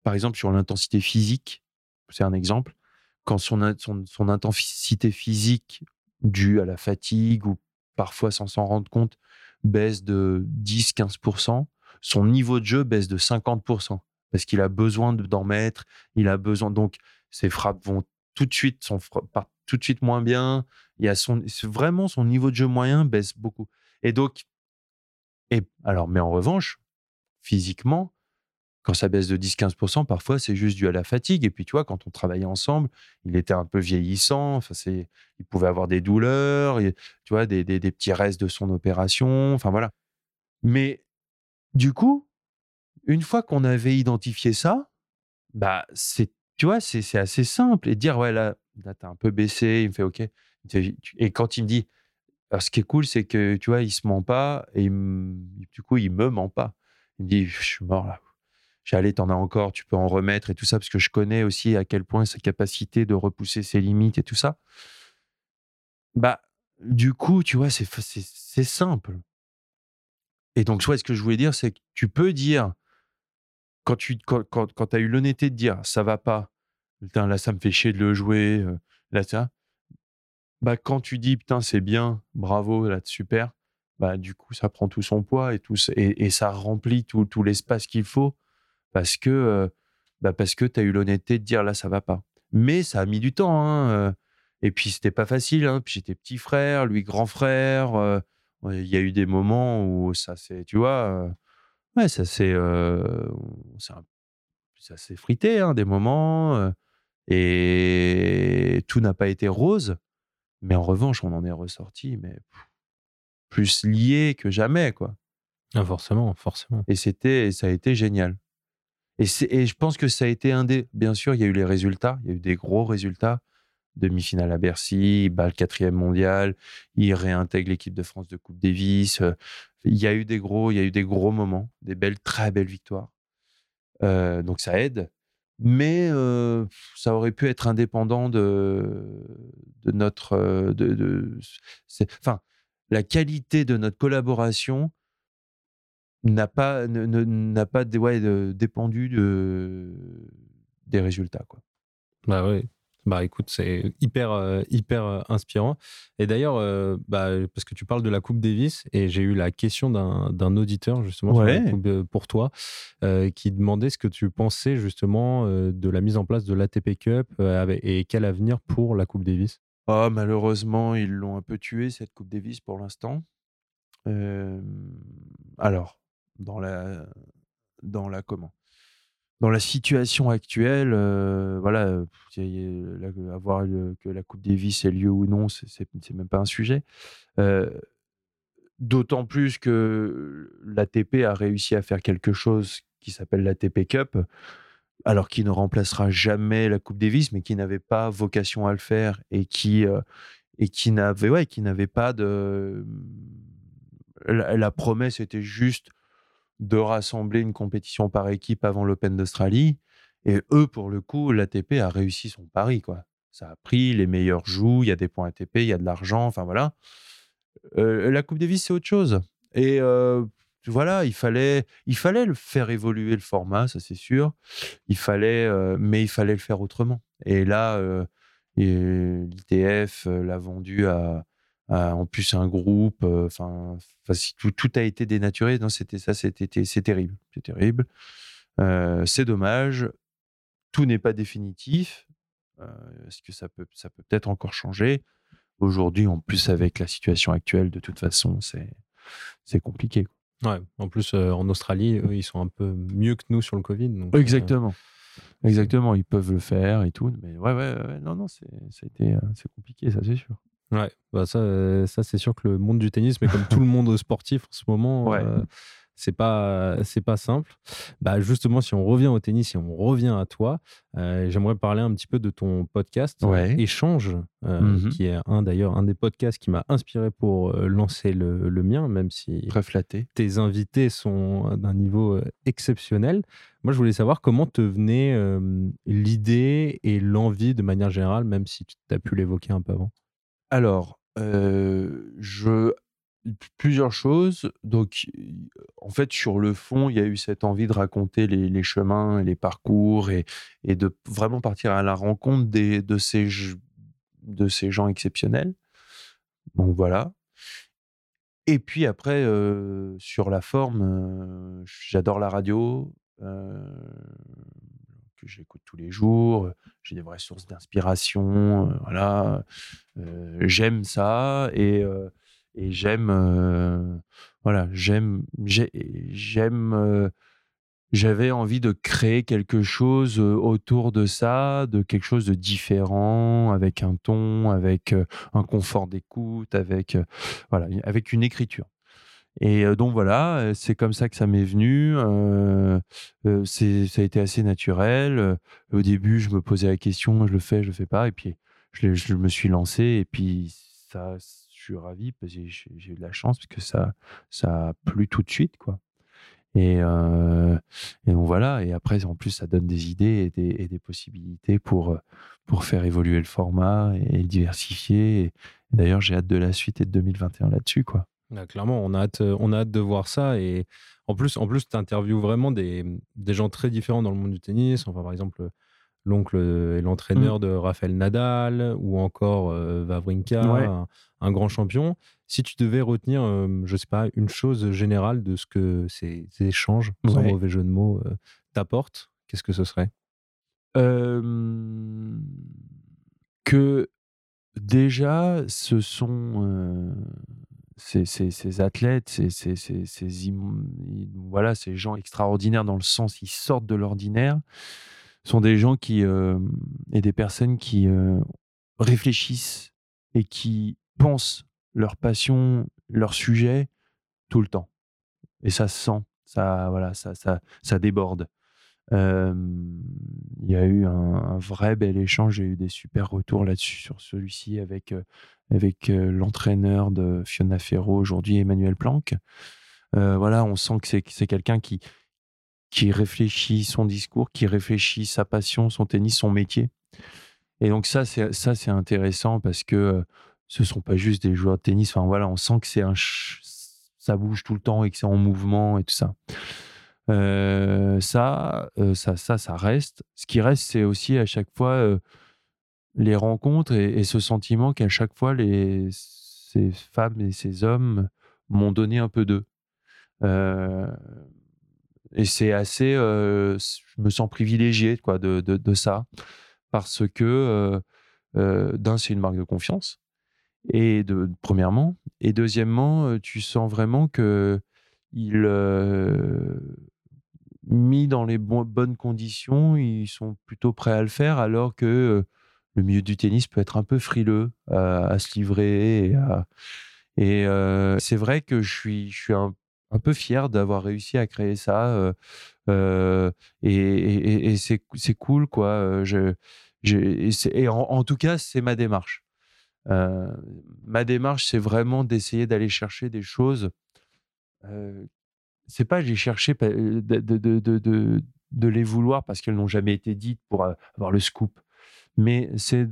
par exemple, sur l'intensité physique, c'est un exemple, quand son intensité physique due à la fatigue ou parfois sans s'en rendre compte baisse de 10-15%, son niveau de jeu baisse de 50% parce qu'il a besoin d'en mettre, il a besoin, donc ses frappes vont tout de suite, partent tout de suite moins bien, vraiment son niveau de jeu moyen baisse beaucoup. Et donc, mais en revanche, physiquement, quand ça baisse de 10-15%, parfois, c'est juste dû à la fatigue. Et puis, tu vois, quand on travaillait ensemble, il était un peu vieillissant. Enfin, il pouvait avoir des douleurs, tu vois, des petits restes de son opération. Enfin, voilà. Mais du coup, une fois qu'on avait identifié ça, bah, tu vois, c'est assez simple. Et dire, ouais, là t'as un peu baissé. Il me fait, OK. Et quand il me dit, alors, ce qui est cool, c'est que, tu vois, il se ment pas. Et du coup, il me ment pas. Il me dit, je suis mort là. Allez, t'en as encore, tu peux en remettre et tout ça, parce que je connais aussi à quel point sa capacité de repousser ses limites et tout ça. Bah, du coup, tu vois, c'est simple. Et donc, soit ce que je voulais dire, c'est que tu peux dire, quand t'as eu l'honnêteté de dire, ça va pas, putain, là, ça me fait chier de le jouer, là, ça, bah, quand tu dis, putain, c'est bien, bravo, là, super, bah, du coup, ça prend tout son poids et ça remplit tout l'espace qu'il faut. Parce que tu as eu l'honnêteté de dire là ça va pas. Mais ça a mis du temps, hein, et puis c'était pas facile, hein. Puis j'étais petit frère, lui grand frère, il y a eu des moments où ça s'est, tu vois, ouais, ça s'est frité, hein, des moments, et tout n'a pas été rose, mais en revanche, on en est ressorti, mais plus liés que jamais, quoi. Ah, forcément. Et ça a été génial. Et je pense que ça a été bien sûr, il y a eu les résultats, il y a eu des gros résultats. Demi-finale à Bercy, bat le 4e mondial, il réintègre l'équipe de France de Coupe Davis. Il y a eu des gros moments, très belles victoires. Donc ça aide. Mais ça aurait pu être indépendant de notre... Enfin, la qualité de notre collaboration n'a pas dépendu des résultats, quoi. Bah ouais. Bah écoute, c'est hyper inspirant. Et d'ailleurs, parce que tu parles de la Coupe Davis, et j'ai eu la question d'un auditeur justement sur la coupe, pour toi, qui demandait ce que tu pensais justement de la mise en place de l'ATP Cup, et quel avenir pour la Coupe Davis. Oh, malheureusement, ils l'ont un peu tuée, cette Coupe Davis, pour l'instant. Alors, dans la situation actuelle, voilà, avoir que la Coupe Davis ait lieu ou non, c'est même pas un sujet. D'autant plus que l'ATP a réussi à faire quelque chose qui s'appelle l'ATP Cup, alors qui ne remplacera jamais la Coupe Davis, mais qui n'avait pas vocation à le faire et qui n'avait pas de... La promesse était juste de rassembler une compétition par équipe avant l'Open d'Australie. Et eux, pour le coup, l'ATP a réussi son pari, quoi. Ça a pris, les meilleurs jouent, il y a des points ATP, il y a de l'argent, enfin voilà. La Coupe Davis, c'est autre chose. Et voilà, il fallait le faire évoluer, le format, ça c'est sûr. Mais il fallait le faire autrement. Et là, l'ITF l'a vendu à en plus un groupe. Tout a été dénaturé. Non, c'est terrible. C'est terrible. C'est dommage. Tout n'est pas définitif. Est-ce que ça peut peut-être encore changer? Aujourd'hui, en plus, avec la situation actuelle, de toute façon, c'est compliqué, quoi. Ouais, en plus, en Australie, eux, ils sont un peu mieux que nous sur le Covid. Donc, exactement. Exactement, ils peuvent le faire et tout. Mais ouais. Non, c'est compliqué, ça, c'est sûr. Ouais, bah ça c'est sûr que le monde du tennis, mais comme tout le monde sportif en ce moment, c'est pas simple. Bah justement, si on revient au tennis, si on revient à toi, j'aimerais parler un petit peu de ton podcast Échange, qui est d'ailleurs un des podcasts qui m'a inspiré pour lancer le mien, même si très flatté. Tes invités sont d'un niveau exceptionnel. Moi, je voulais savoir comment te venait l'idée et l'envie de manière générale, même si tu as pu l'évoquer un peu avant. Alors, Plusieurs choses. Donc, en fait, sur le fond, il y a eu cette envie de raconter les chemins et les parcours et de vraiment partir à la rencontre de ces gens exceptionnels. Donc voilà. Et puis après, sur la forme, j'adore la radio, que j'écoute tous les jours. J'ai des vraies sources d'inspiration, voilà. J'aime ça et j'aime, voilà, j'avais envie de créer quelque chose, autour de ça, de quelque chose de différent, avec un ton, avec, un confort d'écoute, avec, voilà, avec une écriture. Et donc voilà, c'est comme ça que ça m'est venu, ça a été assez naturel, au début, je me posais la question: je le fais pas?» et puis je me suis lancé et puis ça je suis ravi parce que j'ai eu de la chance parce que ça a plu tout de suite, quoi. Et donc voilà, et après en plus ça donne des idées et des possibilités pour faire évoluer le format et le diversifier et d'ailleurs j'ai hâte de la suite et de 2021 là-dessus, quoi. Clairement, on a hâte de voir ça. Et en plus tu interviews vraiment des gens très différents dans le monde du tennis. Enfin, par exemple, l'oncle et l'entraîneur de Rafael Nadal ou encore Wawrinka, Ouais. un grand champion. Si tu devais retenir, je sais pas, une chose générale de ce que ces échanges, sans Ouais. mauvais jeu de mots, t'apportent, qu'est-ce que ce serait? Que déjà, ce sont ces athlètes, voilà, ces gens extraordinaires dans le sens, ils sortent de l'ordinaire, sont des gens et des personnes qui réfléchissent et qui pensent leur passion, leur sujet tout le temps. Et ça se sent, ça, voilà, ça déborde. Il y a eu un vrai bel échange. J'ai eu des super retours là-dessus, sur celui-ci, avec l'entraîneur de Fiona Ferro aujourd'hui, Emmanuel Planck. Voilà, on sent que c'est quelqu'un qui réfléchit son discours, qui réfléchit sa passion, son tennis, son métier. Et donc ça, c'est intéressant parce que ce sont pas juste des joueurs de tennis. Enfin voilà, on sent que ça bouge tout le temps et que c'est en mouvement et tout ça. Ça reste. Ce qui reste, c'est aussi à chaque fois les rencontres et ce sentiment qu'à chaque fois, ces femmes et ces hommes m'ont donné un peu d'eux. Euh, et c'est assez. Je me sens privilégié, quoi, de ça. Parce que, d'un, c'est une marque de confiance. Premièrement. Et deuxièmement, tu sens vraiment que mis dans les bonnes conditions, ils sont plutôt prêts à le faire, alors que le milieu du tennis peut être un peu frileux à se livrer. C'est vrai que je suis un peu fier d'avoir réussi à créer ça. Et c'est cool, quoi. En tout cas, c'est ma démarche. Ma démarche, c'est vraiment d'essayer d'aller chercher des choses. C'est pas j'ai cherché de les vouloir parce qu'elles n'ont jamais été dites pour avoir le scoop. Mais c'est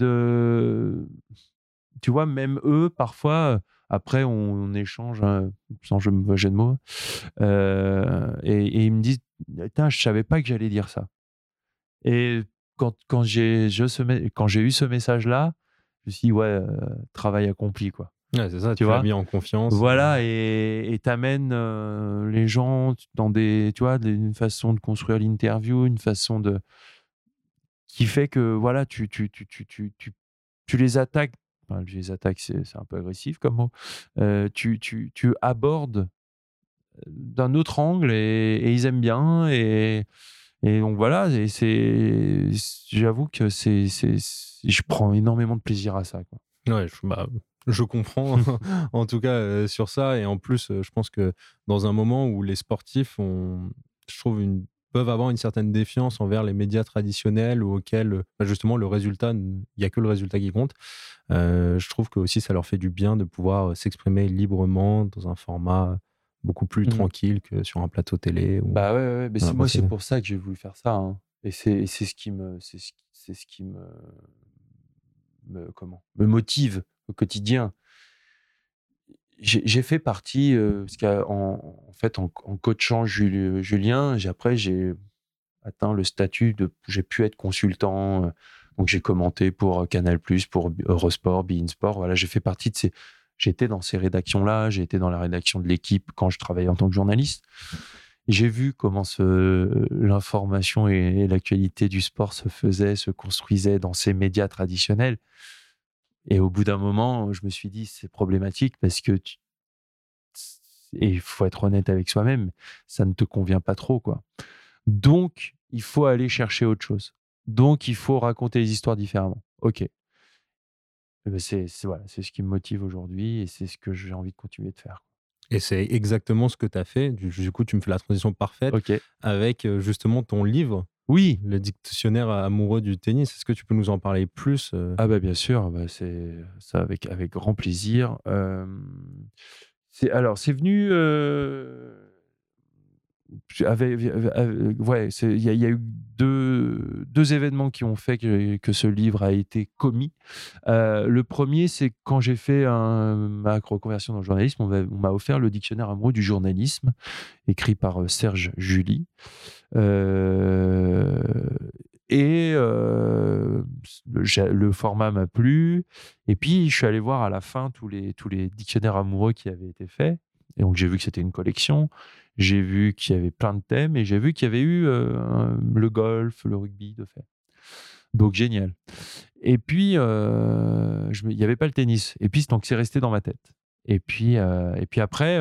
tu vois, même eux, parfois, après, on échange, sans jeu de mots, et ils me disent: «Putain, je savais pas que j'allais dire ça». Et quand j'ai eu ce message-là, je me suis dit: «Ouais, travail accompli, quoi». Ouais, c'est ça, Tu tu l'as vois? mis en confiance. Voilà, et t'amènes les gens dans tu vois, une façon de construire l'interview, une façon qui fait que voilà, tu les attaques. Enfin, je les attaque, c'est un peu agressif comme mot. Tu abordes d'un autre angle et ils aiment bien et donc voilà, j'avoue que je prends énormément de plaisir à ça, quoi. Ouais, je comprends en tout cas sur ça. Et en plus, je pense que dans un moment où les sportifs je trouve, peuvent avoir une certaine défiance envers les médias traditionnels ou auxquels justement le résultat, il n'y a que le résultat qui compte. Je trouve que aussi ça leur fait du bien de pouvoir s'exprimer librement dans un format beaucoup plus tranquille que sur un plateau télé. Bah ouais, mais c'est pour ça que j'ai voulu faire ça, hein. Et c'est ce qui me motive au quotidien. j'ai fait partie, parce qu'en fait, en coachant Julien, après, j'ai atteint le statut j'ai pu être consultant. Donc, j'ai commenté pour Canal+, pour Eurosport, beIN Sport. Voilà, j'ai fait partie de j'étais dans ces rédactions-là, j'ai été dans la rédaction de l'Équipe quand je travaillais en tant que journaliste. J'ai vu comment l'information et l'actualité du sport se construisaient dans ces médias traditionnels. Et au bout d'un moment, je me suis dit, c'est problématique parce que et il faut être honnête avec soi-même, ça ne te convient pas trop, quoi. Donc, il faut aller chercher autre chose. Donc, il faut raconter les histoires différemment. OK. C'est ce qui me motive aujourd'hui et c'est ce que j'ai envie de continuer de faire. Et c'est exactement ce que tu as fait. Du coup, tu me fais la transition parfaite avec justement ton livre. Oui. Le dictionnaire amoureux du tennis. Est-ce que tu peux nous en parler plus Ah bah bien sûr, c'est ça avec grand plaisir. C'est venu il y a eu deux événements qui ont fait que ce livre a été commis. Le premier, c'est quand j'ai fait ma reconversion dans le journalisme, on m'a offert le dictionnaire amoureux du journalisme, écrit par Serge July. Et le format m'a plu. Et puis, je suis allé voir à la fin tous les dictionnaires amoureux qui avaient été faits. Et donc, j'ai vu que c'était une collection. J'ai vu qu'il y avait plein de thèmes. Et j'ai vu qu'il y avait eu le golf, le rugby de fait. Donc, génial. Et puis, il n'y avait pas le tennis. Et puis, donc, c'est resté dans ma tête. Et puis après...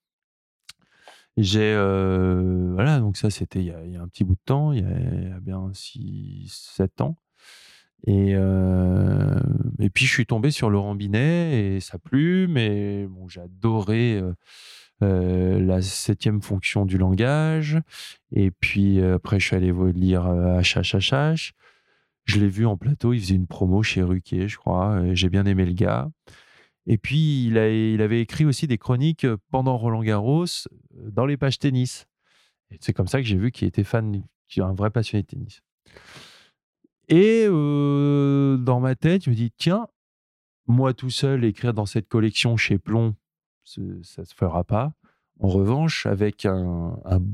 voilà, donc ça, c'était il y a un petit bout de temps, il y a bien 6-7 ans. Et puis, je suis tombé sur Laurent Binet et ça a plu, mais bon, j'ai adoré la 7e fonction du langage. Et puis, après, je suis allé lire HHHH. Je l'ai vu en plateau, il faisait une promo chez Ruquier, je crois. Et j'ai bien aimé le gars. Et puis, il avait écrit aussi des chroniques pendant Roland-Garros dans les pages tennis. Et c'est comme ça que j'ai vu qu'il était un vrai passionné de tennis. Et dans ma tête, je me dis, tiens, moi tout seul, écrire dans cette collection chez Plon, ça ne se fera pas. En revanche, avec un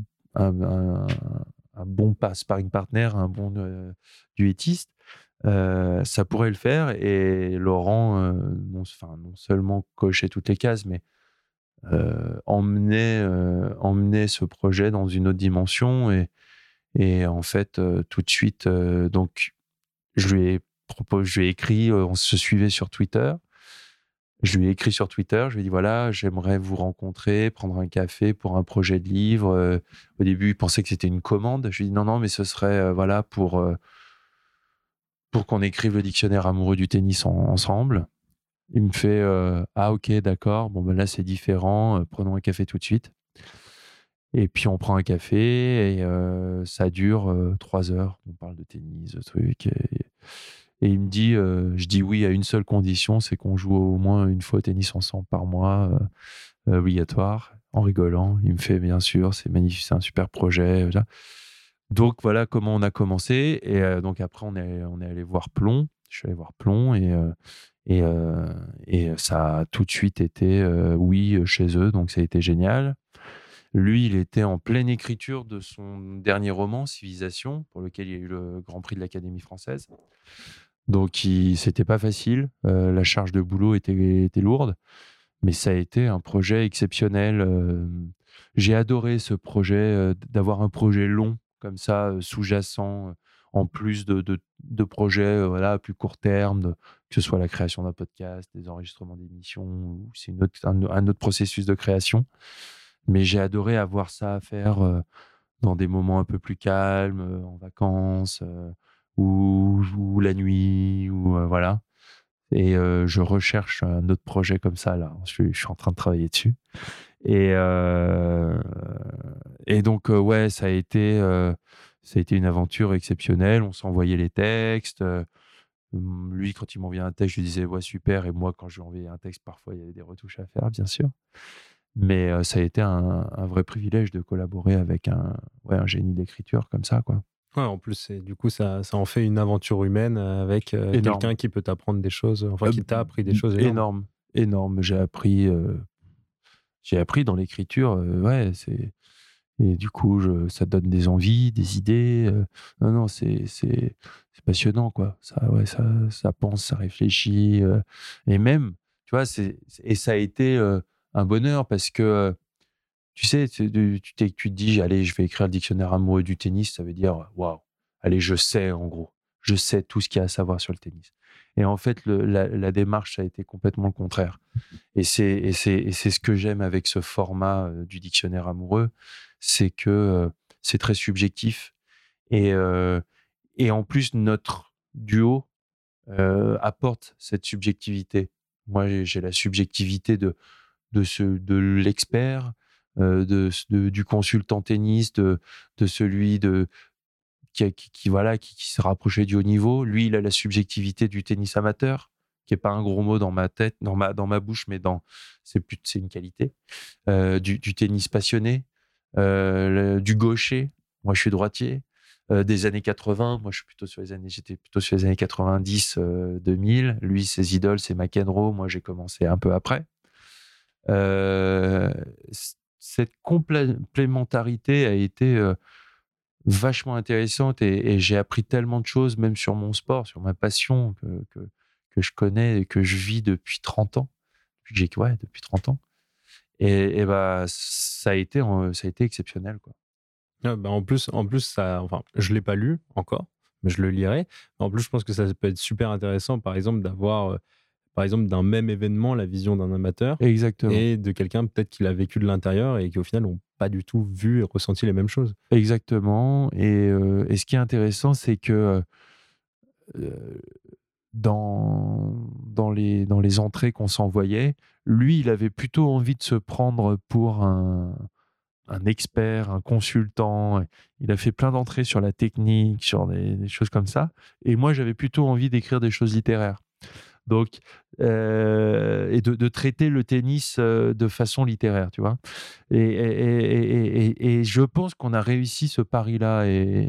bon sparring partner, un bon duettiste, ça pourrait le faire. Et Laurent, non seulement cochait toutes les cases, mais emmenait ce projet dans une autre dimension. Et en fait, tout de suite, donc, je lui ai écrit, on se suivait sur Twitter. Je lui ai écrit sur Twitter, je lui ai dit voilà, j'aimerais vous rencontrer, prendre un café pour un projet de livre. Au début, il pensait que c'était une commande. Je lui ai dit non, mais ce serait pour qu'on écrive le dictionnaire amoureux du tennis ensemble. Il me fait ah ok, d'accord, bon ben là c'est différent, prenons un café tout de suite. Et puis on prend un café et ça dure 3 heures. On parle de tennis, de trucs. Et il me dit, je dis oui à une seule condition, c'est qu'on joue au moins une fois au tennis ensemble par mois, obligatoire, en rigolant. Il me fait bien sûr, c'est magnifique, c'est un super projet. Donc voilà comment on a commencé. Et donc après, on est allé voir Plon. Je suis allé voir Plon et ça a tout de suite été oui chez eux. Donc ça a été génial. Lui, il était en pleine écriture de son dernier roman, Civilisation, pour lequel il y a eu le Grand Prix de l'Académie française. Donc, c'était pas facile. La charge de boulot était lourde, mais ça a été un projet exceptionnel. J'ai adoré ce projet, d'avoir un projet long comme ça, sous-jacent, en plus de projets à plus court terme, que ce soit la création d'un podcast, des enregistrements d'émissions, ou c'est un autre processus de création. Mais j'ai adoré avoir ça à faire dans des moments un peu plus calmes, en vacances, ou la nuit, ou voilà. Et je recherche un autre projet comme ça, là. Je suis en train de travailler dessus. Et donc, ouais, ça a été une aventure exceptionnelle. On s'envoyait les textes. Lui, quand il m'envoyait un texte, je lui disais « ouais, super ». Et moi, quand je lui envoyais un texte, parfois, il y avait des retouches à faire, bien sûr. Mais ça a été un vrai privilège de collaborer avec un génie d'écriture comme ça, quoi. Ouais, en plus, du coup, ça en fait une aventure humaine avec quelqu'un qui peut t'apprendre des choses, enfin qui t'a appris des choses énormes. Énorme. J'ai appris j'ai appris dans l'écriture, et du coup, ça donne des envies, des idées. Non, c'est passionnant, quoi. Ça pense, ça réfléchit. Et même, tu vois, et ça a été un bonheur parce que, tu sais, tu te dis, allez, je vais écrire le dictionnaire amoureux du tennis. Ça veut dire, waouh, allez, je sais, en gros. Je sais tout ce qu'il y a à savoir sur le tennis. Et en fait, la démarche, ça a été complètement le contraire. Et c'est ce que j'aime avec ce format du dictionnaire amoureux, c'est que c'est très subjectif. Et en plus, notre duo apporte cette subjectivité. Moi, j'ai la subjectivité de l'expert, du consultant tennis, de celui qui s'est rapproché du haut niveau. Lui, il a la subjectivité du tennis amateur, qui est pas un gros mot dans ma tête, dans ma bouche, mais c'est une qualité. Du tennis passionné, du gaucher. Moi, je suis droitier. Des années 80. Moi, j'étais plutôt sur les années 90, 2000. Lui, ses idoles, c'est McEnroe. Moi, j'ai commencé un peu après. Cette complémentarité a été vachement intéressante et j'ai appris tellement de choses, même sur mon sport, sur ma passion que je connais et que je vis depuis 30 ans. Depuis 30 ans. Et ça a été exceptionnel, quoi. En plus, je l'ai pas lu encore, mais je le lirai. En plus, je pense que ça peut être super intéressant, par exemple, d'avoir d'un même événement la vision d'un amateur. Exactement. Et de quelqu'un peut-être qui l'a vécu de l'intérieur et qui au final n'ont pas du tout vu et ressenti les mêmes choses. Exactement. Et ce qui est intéressant, c'est que dans les entrées qu'on s'envoyait, lui, il avait plutôt envie de se prendre pour un expert, un consultant. Il a fait plein d'entrées sur la technique, sur des choses comme ça. Et moi, j'avais plutôt envie d'écrire des choses littéraires. Donc, et de traiter le tennis de façon littéraire, tu vois. Et je pense qu'on a réussi ce pari-là.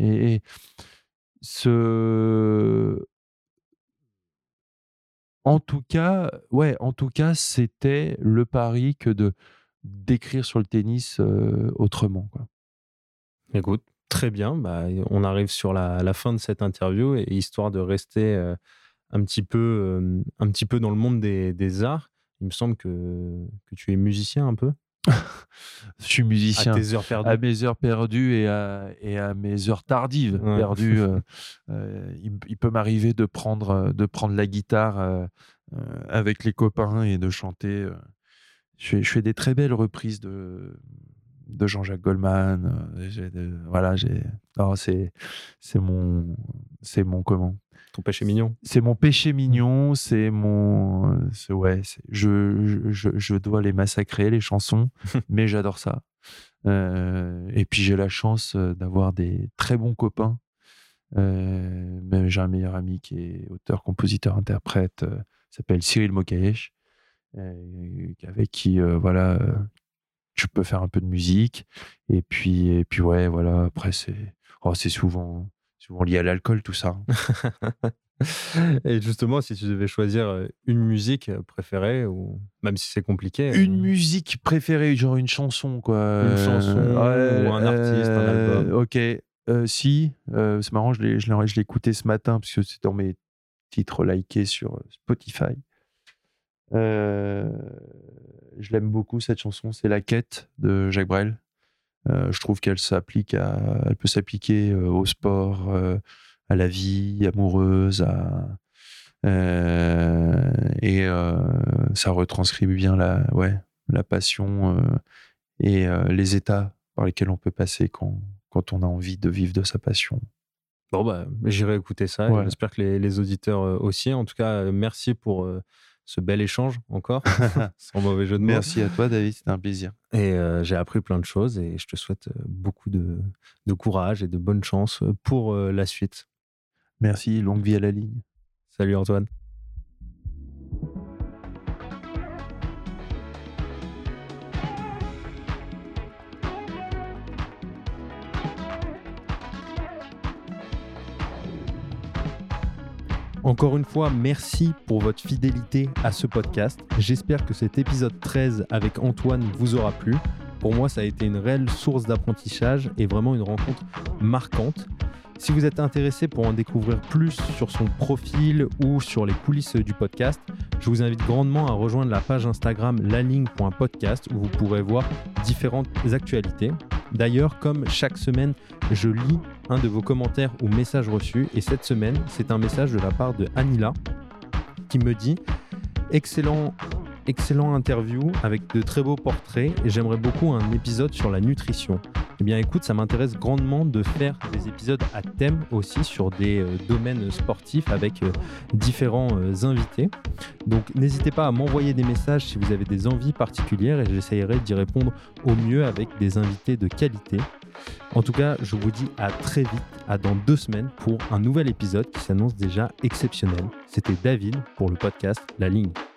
En tout cas, c'était le pari que d'écrire sur le tennis autrement, quoi. Écoute, très bien. On arrive sur la fin de cette interview et histoire de rester un petit peu dans le monde des arts, il me semble que tu es musicien un peu. Je suis musicien à tes heures perdues. À mes heures perdues et à mes heures tardives perdues. Il peut m'arriver de prendre la guitare avec les copains et de chanter. Je fais des très belles reprises de Jean-Jacques Goldman. C'est mon comment. Ton péché mignon. C'est mon péché mignon. Je dois les massacrer, les chansons, mais j'adore ça. Et puis j'ai la chance d'avoir des très bons copains. Même j'ai un meilleur ami qui est auteur, compositeur, interprète, s'appelle Cyril Mokaesh, avec qui je peux faire un peu de musique. Et puis après c'est souvent lié à l'alcool, tout ça. Et justement, si tu devais choisir une musique préférée, ou même si c'est compliqué. Une musique préférée, genre une chanson, quoi. Une chanson ou un artiste, un album. Ok. C'est marrant, je l'ai écouté ce matin parce que c'est dans mes titres likés sur Spotify. Je l'aime beaucoup, cette chanson. C'est La Quête de Jacques Brel. Je trouve qu'elle peut s'appliquer au sport, à la vie amoureuse, ça retranscrit bien la passion et les états par lesquels on peut passer quand on a envie de vivre de sa passion. Bon, j'irai écouter ça. Ouais. J'espère que les auditeurs aussi. En tout cas, merci pour ce bel échange encore, sans mauvais jeu de mots. Merci à toi, David, c'était un plaisir. Et j'ai appris plein de choses et je te souhaite beaucoup de courage et de bonne chance pour la suite. Merci, longue vie à la ligne. Salut Antoine. Encore une fois, merci pour votre fidélité à ce podcast. J'espère que cet épisode 13 avec Antoine vous aura plu. Pour moi, ça a été une réelle source d'apprentissage et vraiment une rencontre marquante. Si vous êtes intéressé pour en découvrir plus sur son profil ou sur les coulisses du podcast, je vous invite grandement à rejoindre la page Instagram laligne.podcast où vous pourrez voir différentes actualités. D'ailleurs, comme chaque semaine, je lis un de vos commentaires ou messages reçus et cette semaine, c'est un message de la part de Anila qui me dit « Excellent interview avec de très beaux portraits et j'aimerais beaucoup un épisode sur la nutrition. » Eh bien écoute, ça m'intéresse grandement de faire des épisodes à thème aussi sur des domaines sportifs avec différents invités. Donc n'hésitez pas à m'envoyer des messages si vous avez des envies particulières et j'essayerai d'y répondre au mieux avec des invités de qualité. En tout cas, je vous dis à très vite, à dans 2 semaines pour un nouvel épisode qui s'annonce déjà exceptionnel. C'était David pour le podcast La Ligne.